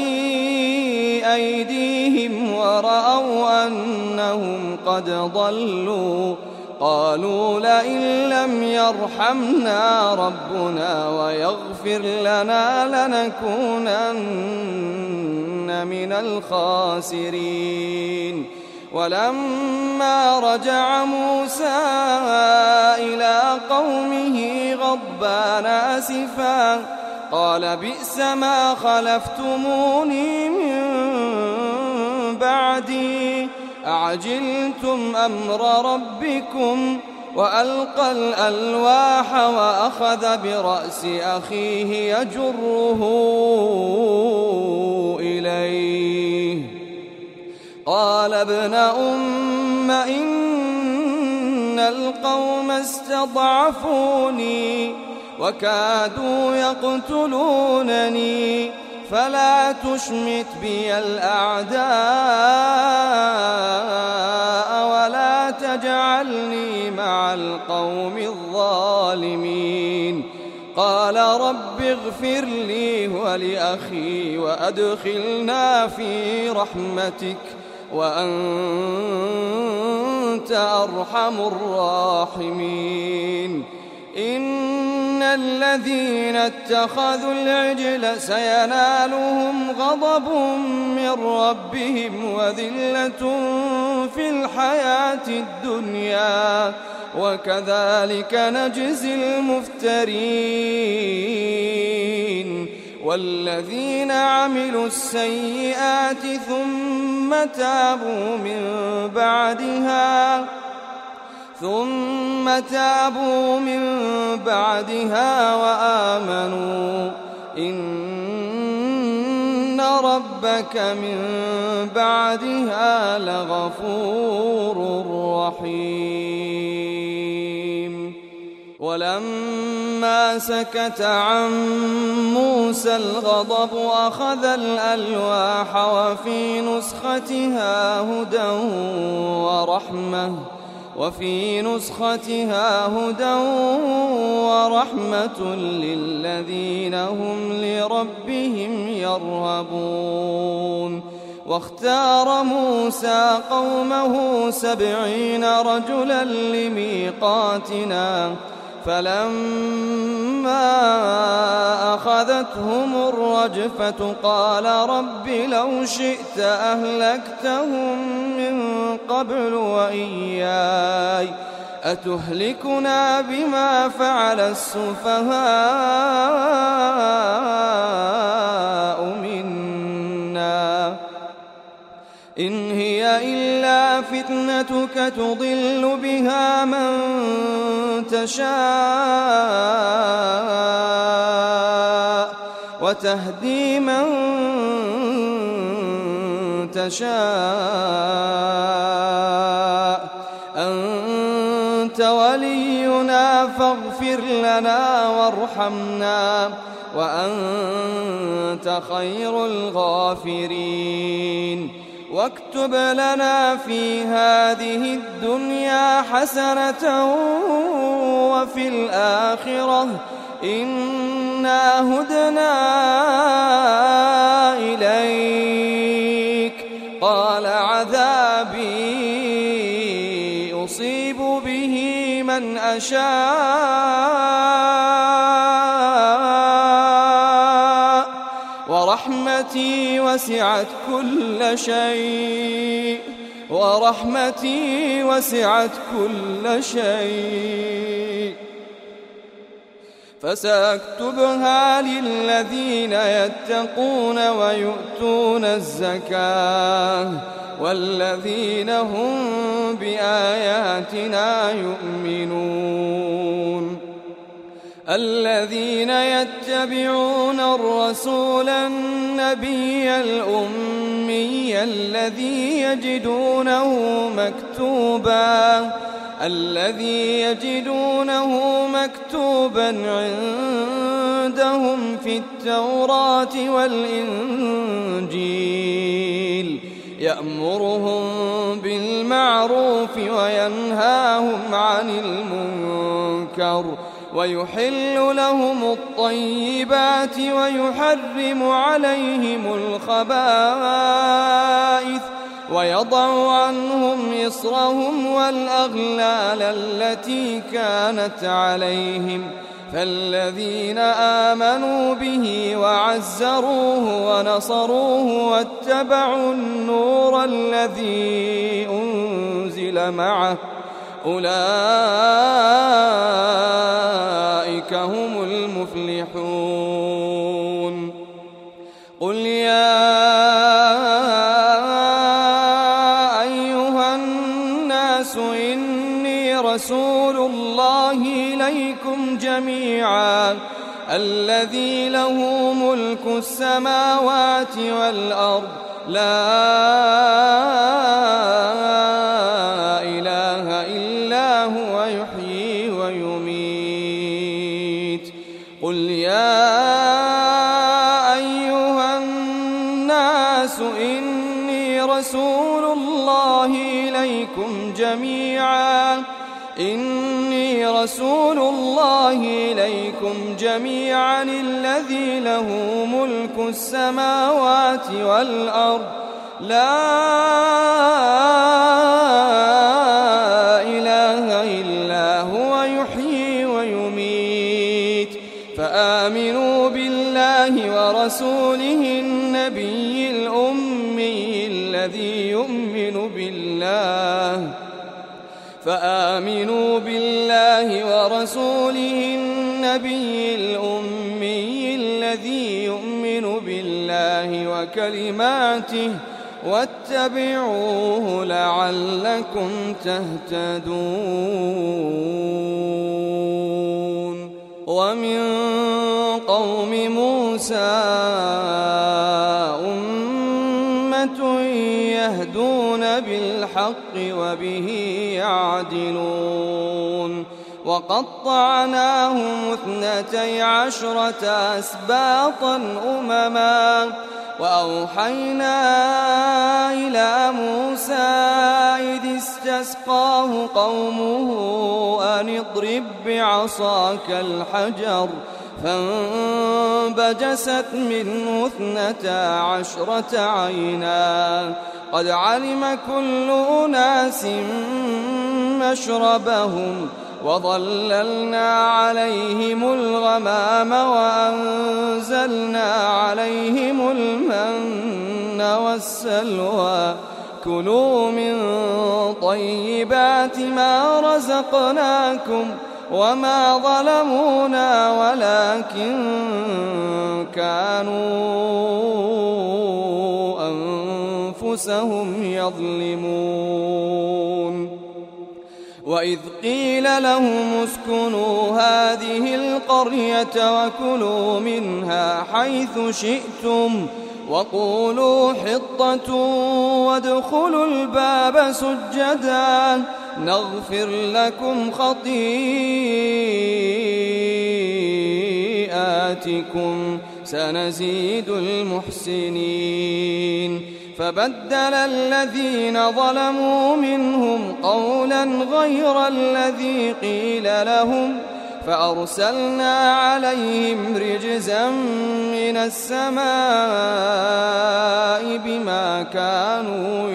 أيديهم ورأوا أنهم قد ضلوا قالوا لئن لم يرحمنا ربنا ويغفر لنا لنكونن من الخاسرين ولما رجع موسى إلى قومه غضبان آسفا قال بئس ما خلفتموني من بعدي أعجلتم أمر ربكم وألقى الألواح وأخذ برأس أخيه يجره إليه قال ابن أم إن القوم استضعفوني وكادوا يقتلونني فلا تشمت بي الأعداء ولا تجعلني مع القوم الظالمين قال رب اغفر لي ولأخي وأدخلنا في رحمتك وأنت أرحم الراحمين إن الذين اتخذوا العجل سينالهم غضب من ربهم وذلة في الحياة الدنيا وكذلك نجزي المفترين والذين عملوا السيئات ثم تابوا من بعدها ثم تابوا من بعدها وآمنوا إن إن ربك من بعدها لغفور رحيم. ولما سكت عن موسى الغضب أخذ الألواح وفي نسختها هدى ورحمة وفي نسختها هدى ورحمة للذين هم لربهم يرهبون. واختار موسى قومه سبعين رجلا لميقاتنا فلما أخذتهم الرجفة قال رب لو شئت أهلكتهم من قبل وإياي أتهلكنا بما فعل السفهاء منا إن هي إلا فتنتك تضل بها من تشاء وتهدي من تشاء أنت ولينا فاغفر لنا وارحمنا وأنت خير الغافرين. واكتب لنا في هذه الدنيا حسنة وفي الآخرة إنا هدنا إليك. قال عذابي أصيب به من أشاء ورحمتي وسعت كل شيء ورحمتي وسعت كل شيء فسأكتبها للذين يتقون ويؤتون الزكاة والذين هم بآياتنا يؤمنون. الذين يتبعون الرسول النبي الأمي الذي يجدونه مكتوبا الذي يجدونه مكتوبا عندهم في التوراة والإنجيل يأمرهم بالمعروف وينهاهم عن المنكر ويحل لهم الطيبات ويحرم عليهم الخبائث ويضع عنهم إصرهم والأغلال التي كانت عليهم. فالذين آمنوا به وعزروه ونصروه واتبعوا النور الذي أنزل معه أولئك هم المفلحون. قل يا أيها الناس إني رسول الله إليكم جميعا الذي له ملك السماوات والأرض لا إله إلا هو يحيي ويميت. قل يا أيها الناس إني رسول الله إليكم جميعا إني رسول الله إليكم جميعا الذي له ملك السماوات والأرض لا إله إلا هو يحيي ويميت. فآمنوا بالله ورسوله النبي الأمي الذي يؤمن بالله فآمنوا بالله ورسوله النبي الأمي الذي يؤمن بالله وكلماته واتبعوه لعلكم تهتدون. ومن قوم موسى أمة يهدون بالحق وبه يعدلون وقطعناهم اثنتي عشرة أسباطا أمما وأوحينا إلى موسى إذ استسقاه قومه أن اضرب بعصاك الحجر فانبجست منه اثنتا عشرة عينا قد علم كل أناس مشربهم وظللنا عليهم الغمام وأنزلنا عليهم المن والسلوى كلوا من طيبات ما رزقناكم وما ظلمونا ولكن كانوا أنفسهم يظلمون وإذ قيل لهم اسكنوا هذه القرية وكلوا منها حيث شئتم وقولوا حطة وادخلوا الباب سجدا نغفر لكم خطيئاتكم سنزيد المحسنين فبدل الذين ظلموا منهم قولا غير الذي قيل لهم فأرسلنا عليهم رجزا من السماء بما كانوا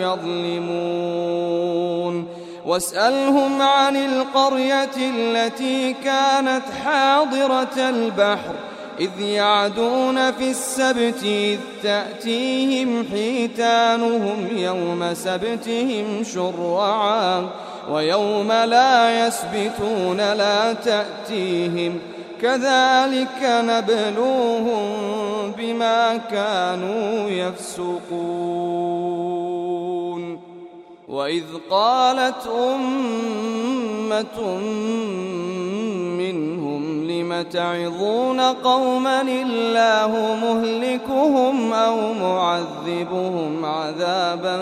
يظلمون واسألهم عن القرية التي كانت حاضرة البحر إذ يعدون في السبت إذ تأتيهم حيتانهم يوم سبتهم شرعا ويوم لا يسبتون لا تأتيهم كذلك نبلوهم بما كانوا يفسقون وإذ قالت أمة منهم لم تعظون قوما الله مهلكهم أو معذبهم عذابا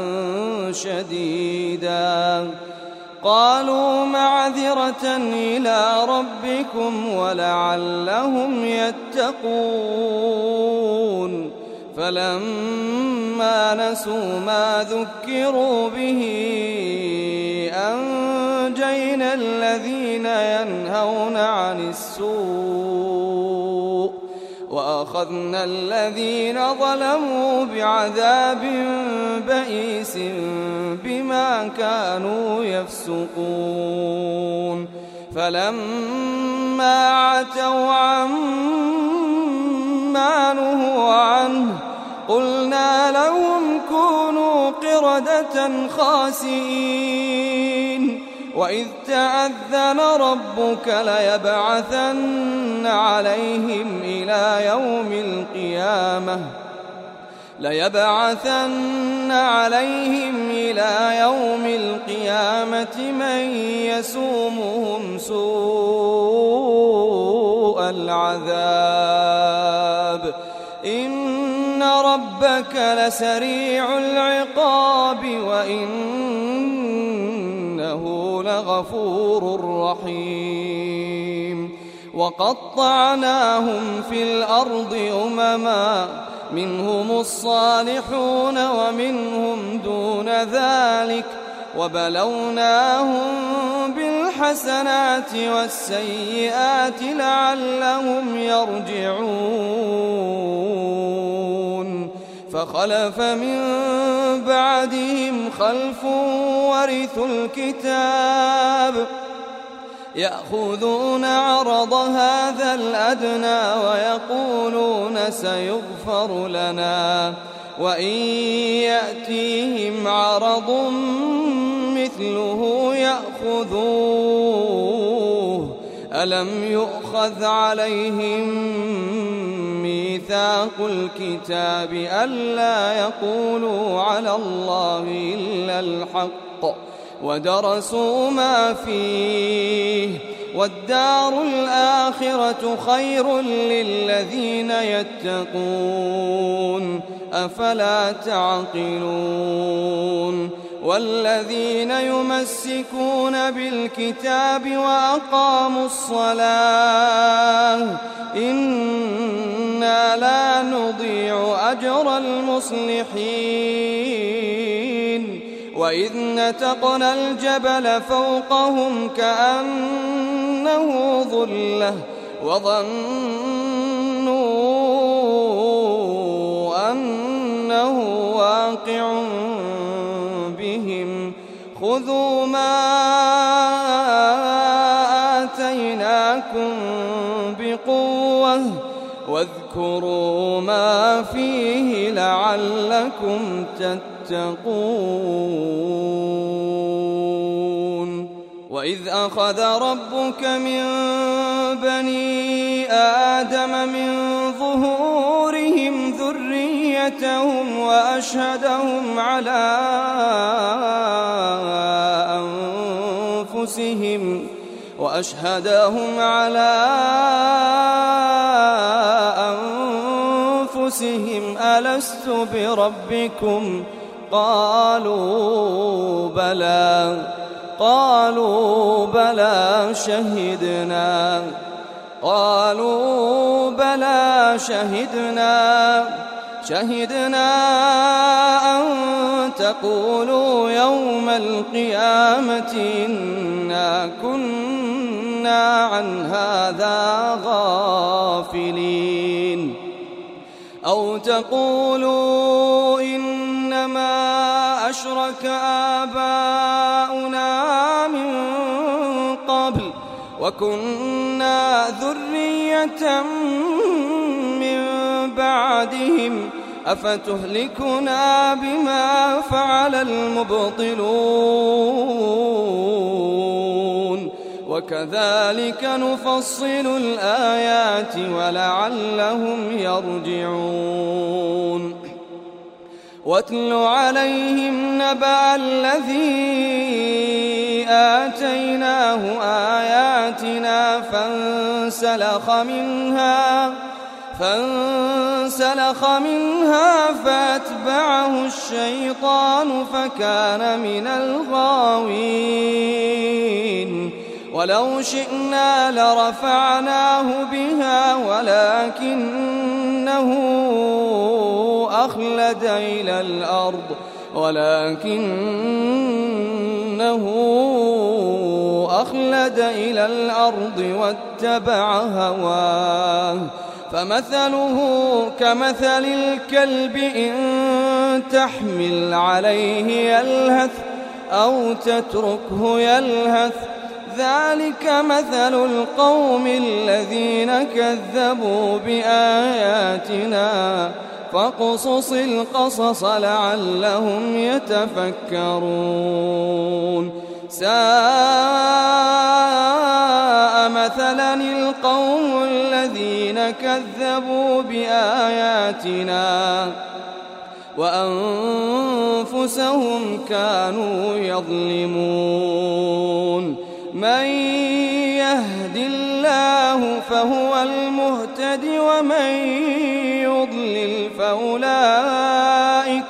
شديدا قالوا معذرة إلى ربكم ولعلهم يتقون فلما نسوا ما ذكروا به أنجينا الذين ينهون عن السوء وأخذنا الذين ظلموا بعذاب بئيس بما كانوا يفسقون فلما عتوا عما نهوا عنه قلنا لهم كونوا قردة خاسئين وإذ تأذن ربك ليبعثن عليهم إلى يوم القيامة ليبعثن عليهم إلى يوم القيامة من يسومهم سوء العذاب إن ربك لسريع العقاب وإنه لغفور رحيم وقطعناهم في الأرض أمما منهم الصالحون ومنهم دون ذلك وبلوناهم بالحسنات والسيئات لعلهم يرجعون فخلف من بعدهم خلف ورثوا الكتاب يأخذون عرض هذا الأدنى ويقولون سيغفر لنا وإن يأتيهم عرض مثله يأخذوه ألم يؤخذ عليهم ميثاق الكتاب ألا يقولوا على الله إلا الحق ودرسوا ما فيه والدار الآخرة خير للذين يتقون أفلا تعقلون والذين يمسكون بالكتاب وأقاموا الصلاة إنا لا نضيع أجر المصلحين وإذ نتقنا الجبل فوقهم كأنه ظلة وظنوا أنه واقع بهم خذوا ما آتيناكم بقوة واذكروا ما فيه لعلكم تتقون وإذ أخذ ربك من بني آدم من ظهورهم ذريتهم وأشهدهم على أنفسهم وأشهدهم على أنفسهم ألست بربكم قالوا بلى قالوا بلى شهدنا قالوا بلى شهدنا شهدنا أن تقولوا يوم القيامة إنا كنا عن هذا غافلين أو تقولوا إنما أشرك آباؤنا من قبل وكنا ذرية من بعدهم أفتهلكنا بما فعل المبطلون وكذلك نفصل الآيات ولعلهم يرجعون واتل عليهم نبأ الذي آتيناه آياتنا فانسلخ منها فانسلخ منها فأتبعه الشيطان فكان من الغاوين ولو شئنا لرفعناه بها ولكنه أخلد إلى الأرض ولكنه أخلد إلى الأرض واتبع هواه فمثله كمثل الكلب إن تحمل عليه يلهث أو تتركه يلهث ذلك مثل القوم الذين كذبوا بآياتنا فاقصص القصص لعلهم يتفكرون ساء مثلا القوم الذين كذبوا بآياتنا وأنفسهم كانوا يظلمون من يهد الله فهو المهتد ومن يضلل فأولئك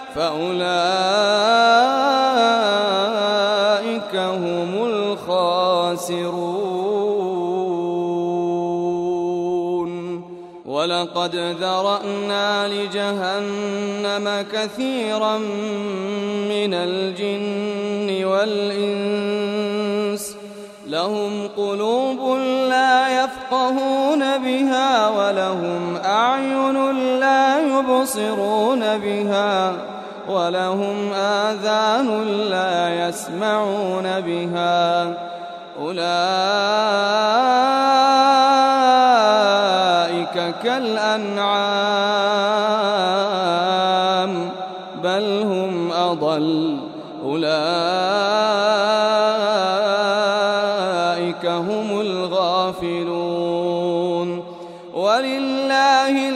فأولئك هم الخاسرون ولقد ذرأنا لجهنم كثيرا من الجن والإنس لهم قلوب لا يفقهون بها ولهم أعين لا يبصرون بها ولهم آذان لا يسمعون بها أولئك كالأنعام بل هم أضل أولئك هم الغافلون ولله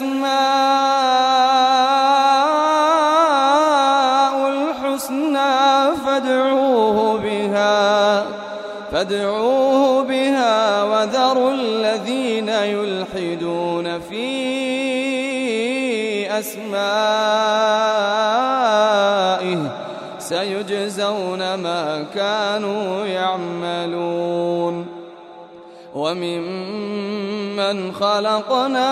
الأسماء الحسنى فادعوه بها فادعوه بها وذروا الذين يلحدون في بأسمائه سيجزون ما كانوا يعملون. وممن خلقنا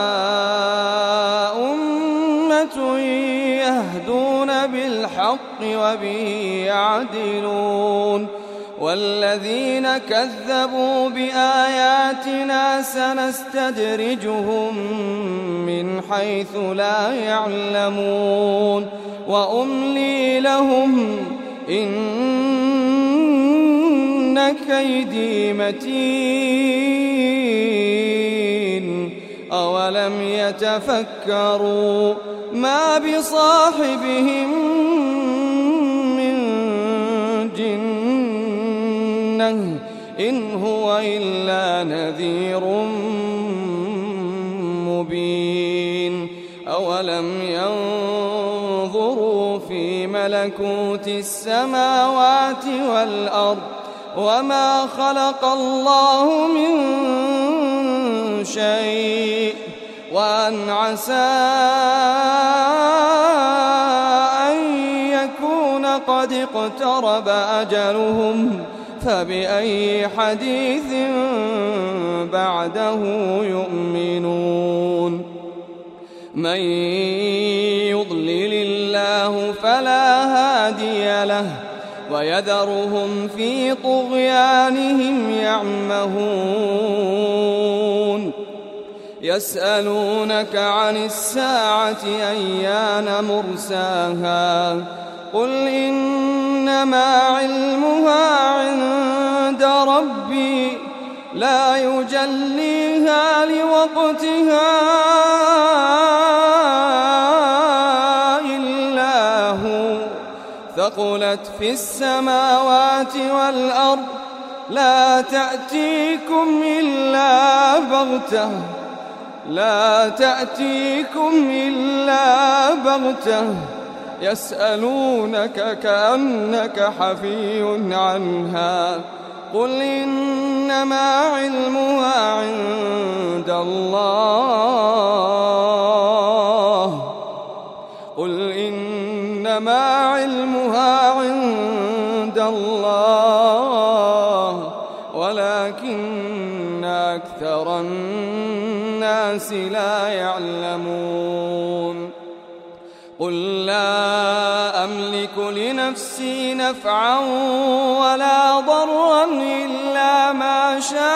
أمة يهدون بالحق وبه يعدلون. والذين كذبوا بآياتنا سنستدرجهم من حيث لا يعلمون وأملي لهم إن كيدي متين. أولم يتفكروا ما بصاحبهم من جنة إن هو إلا نذير مبين. أولم ينظروا في ملكوت السماوات والأرض وما خلق الله من شيء وأن عسى أن يكون قد اقترب أجلهم فبأي حديث بعده يؤمنون. من يضلل الله فلا هادي له ويذرهم في طغيانهم يعمهون. يسألونك عن الساعة أيان مرساها قل إنما علمها عند ربي لا يجليها لوقتها إلا هو ثقلت في السماوات والأرض لا تأتيكم إلا بغتة لا تأتيكم إلا بغتة يسألونك كأنك حفي عنها قل إنما علمها عند الله قل إنما علمها عند الله ولكن أكثر الناس لا يعلمون. قل لا أملك لنفسي نفعا ولا ضرا إلا ما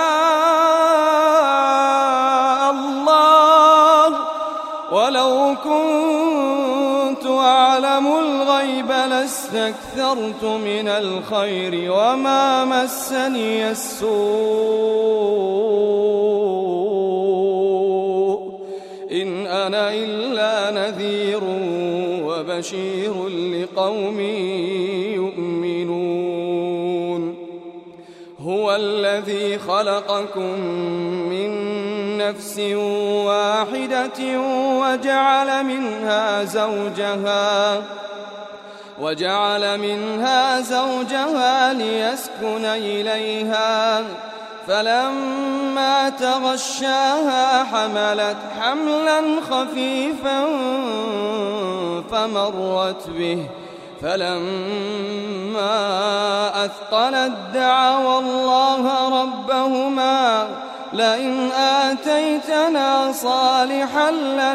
شاء الله ولو كنت أعلم الغيب لاستكثرت من الخير وما مسني السوء إن أنا إلا نذير وبشير لقوم يؤمنون. هو الذي خلقكم من نفس واحدة وجعل منها زوجها وجعل منها زوجها ليسكن إليها فلما تغشاها حملت حملا خفيفا فمرت به فلما أثقلت دعوا الله ربهما لئن آتيتنا صالحا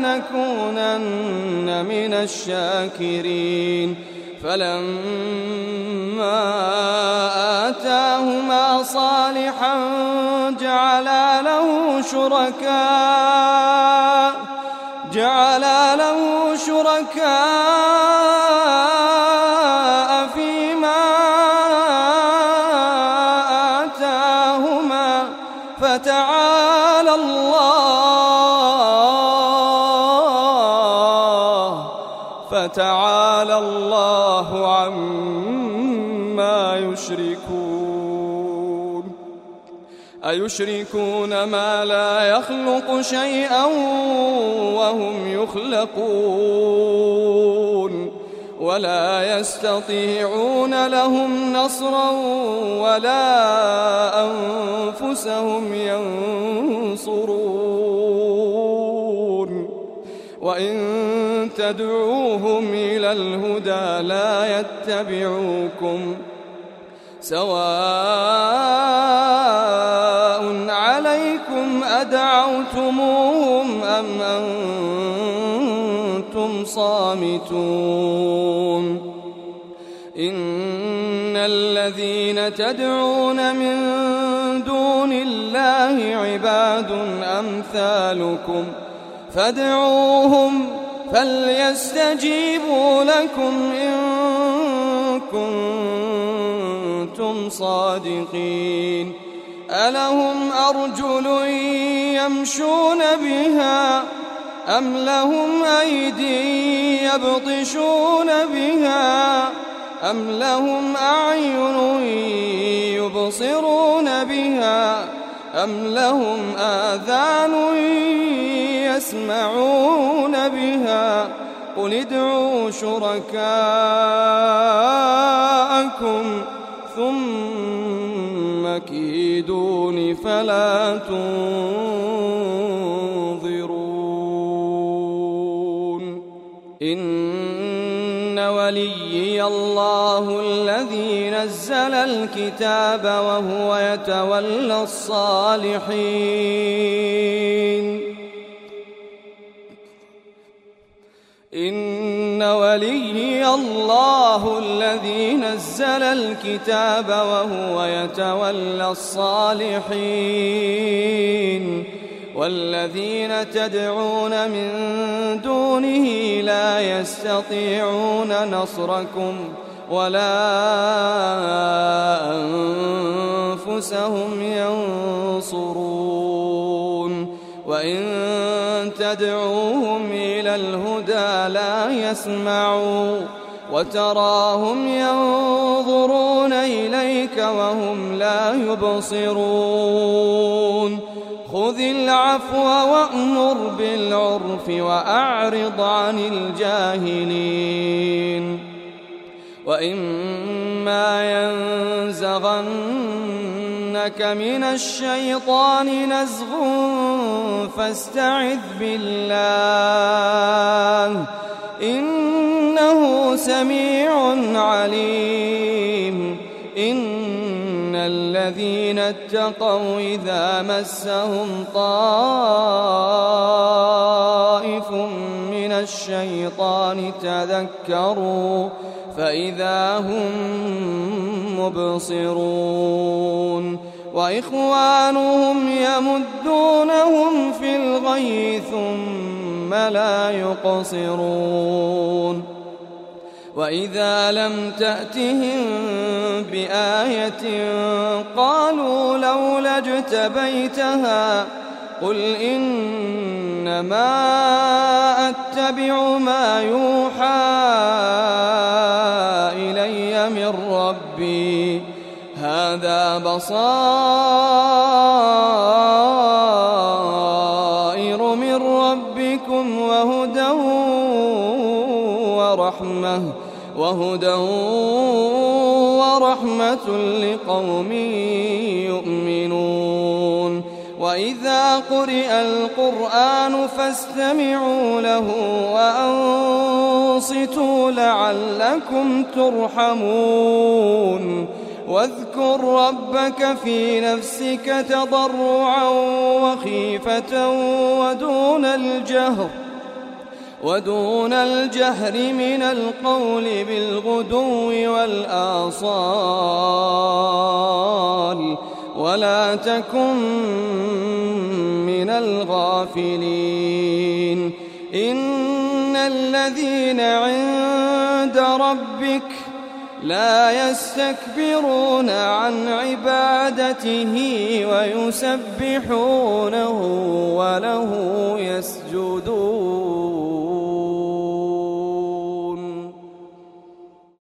لنكونن من الشاكرين فلما آتاهما صالحا جعلا له شركاء جعلا له شركاء فيما آتاهما فتعالى الله فتعالى الله عما يشركون. أيشركون ما لا يخلق شيئا وهم يخلقون ولا يستطيعون لهم نصرا ولا أنفسهم ينصرون. وإن تدعوهم إلى الهدى لا يتبعوكم سواء عليكم أدعوتموهم أم أنتم صامتون إن الذين تدعون من دون الله عباد أمثالكم فادعوهم فليستجيبوا لكم إن كنتم صادقين ألهم أرجل يمشون بها أم لهم أيدي يبطشون بها أم لهم أعين يبصرون بها أم لهم آذان يسمعون بها قل ادعوا شركاءكم ثم كيدون فلا تنظرون إن وليي الله الذي نزل الكتاب وهو يتولى الصالحين إن وليي الله الذي نزل الكتاب وهو يتولى الصالحين والذين تدعون من دونه لا يستطيعون نصركم ولا أنفسهم ينصرون وإن تدعوهم إلى الهدى لا يسمعوا وتراهم ينظرون إليك وهم لا يبصرون خذ العفو وأمر بالعرف وأعرض عن الجاهلين وإما ينزغنك من الشيطان نزغ فاستعذ بالله إنه سميع عليم إن الذين اتقوا إذا مسهم طائف من الشيطان تذكروا فإذا هم مبصرون وإخوانهم يمدونهم في الغي ثم لا يقصرون وإذا لم تأتهم بآية قالوا لولا اجتبيتها قل إنما أتبع ما يوحى إلي من ربي هذا بصائر من ربكم وهدى ورحمة وهدى ورحمة لقوم يؤمنون وإذا قرئ القرآن فاستمعوا له وأنصتوا لعلكم ترحمون واذكر ربك في نفسك تضرعا وخيفة ودون الجهر ودون الجهر من القول بالغدو والآصال ولا تكن من الغافلين إن الذين عند ربك لا يستكبرون عن عبادته ويسبحونه وله يسجدون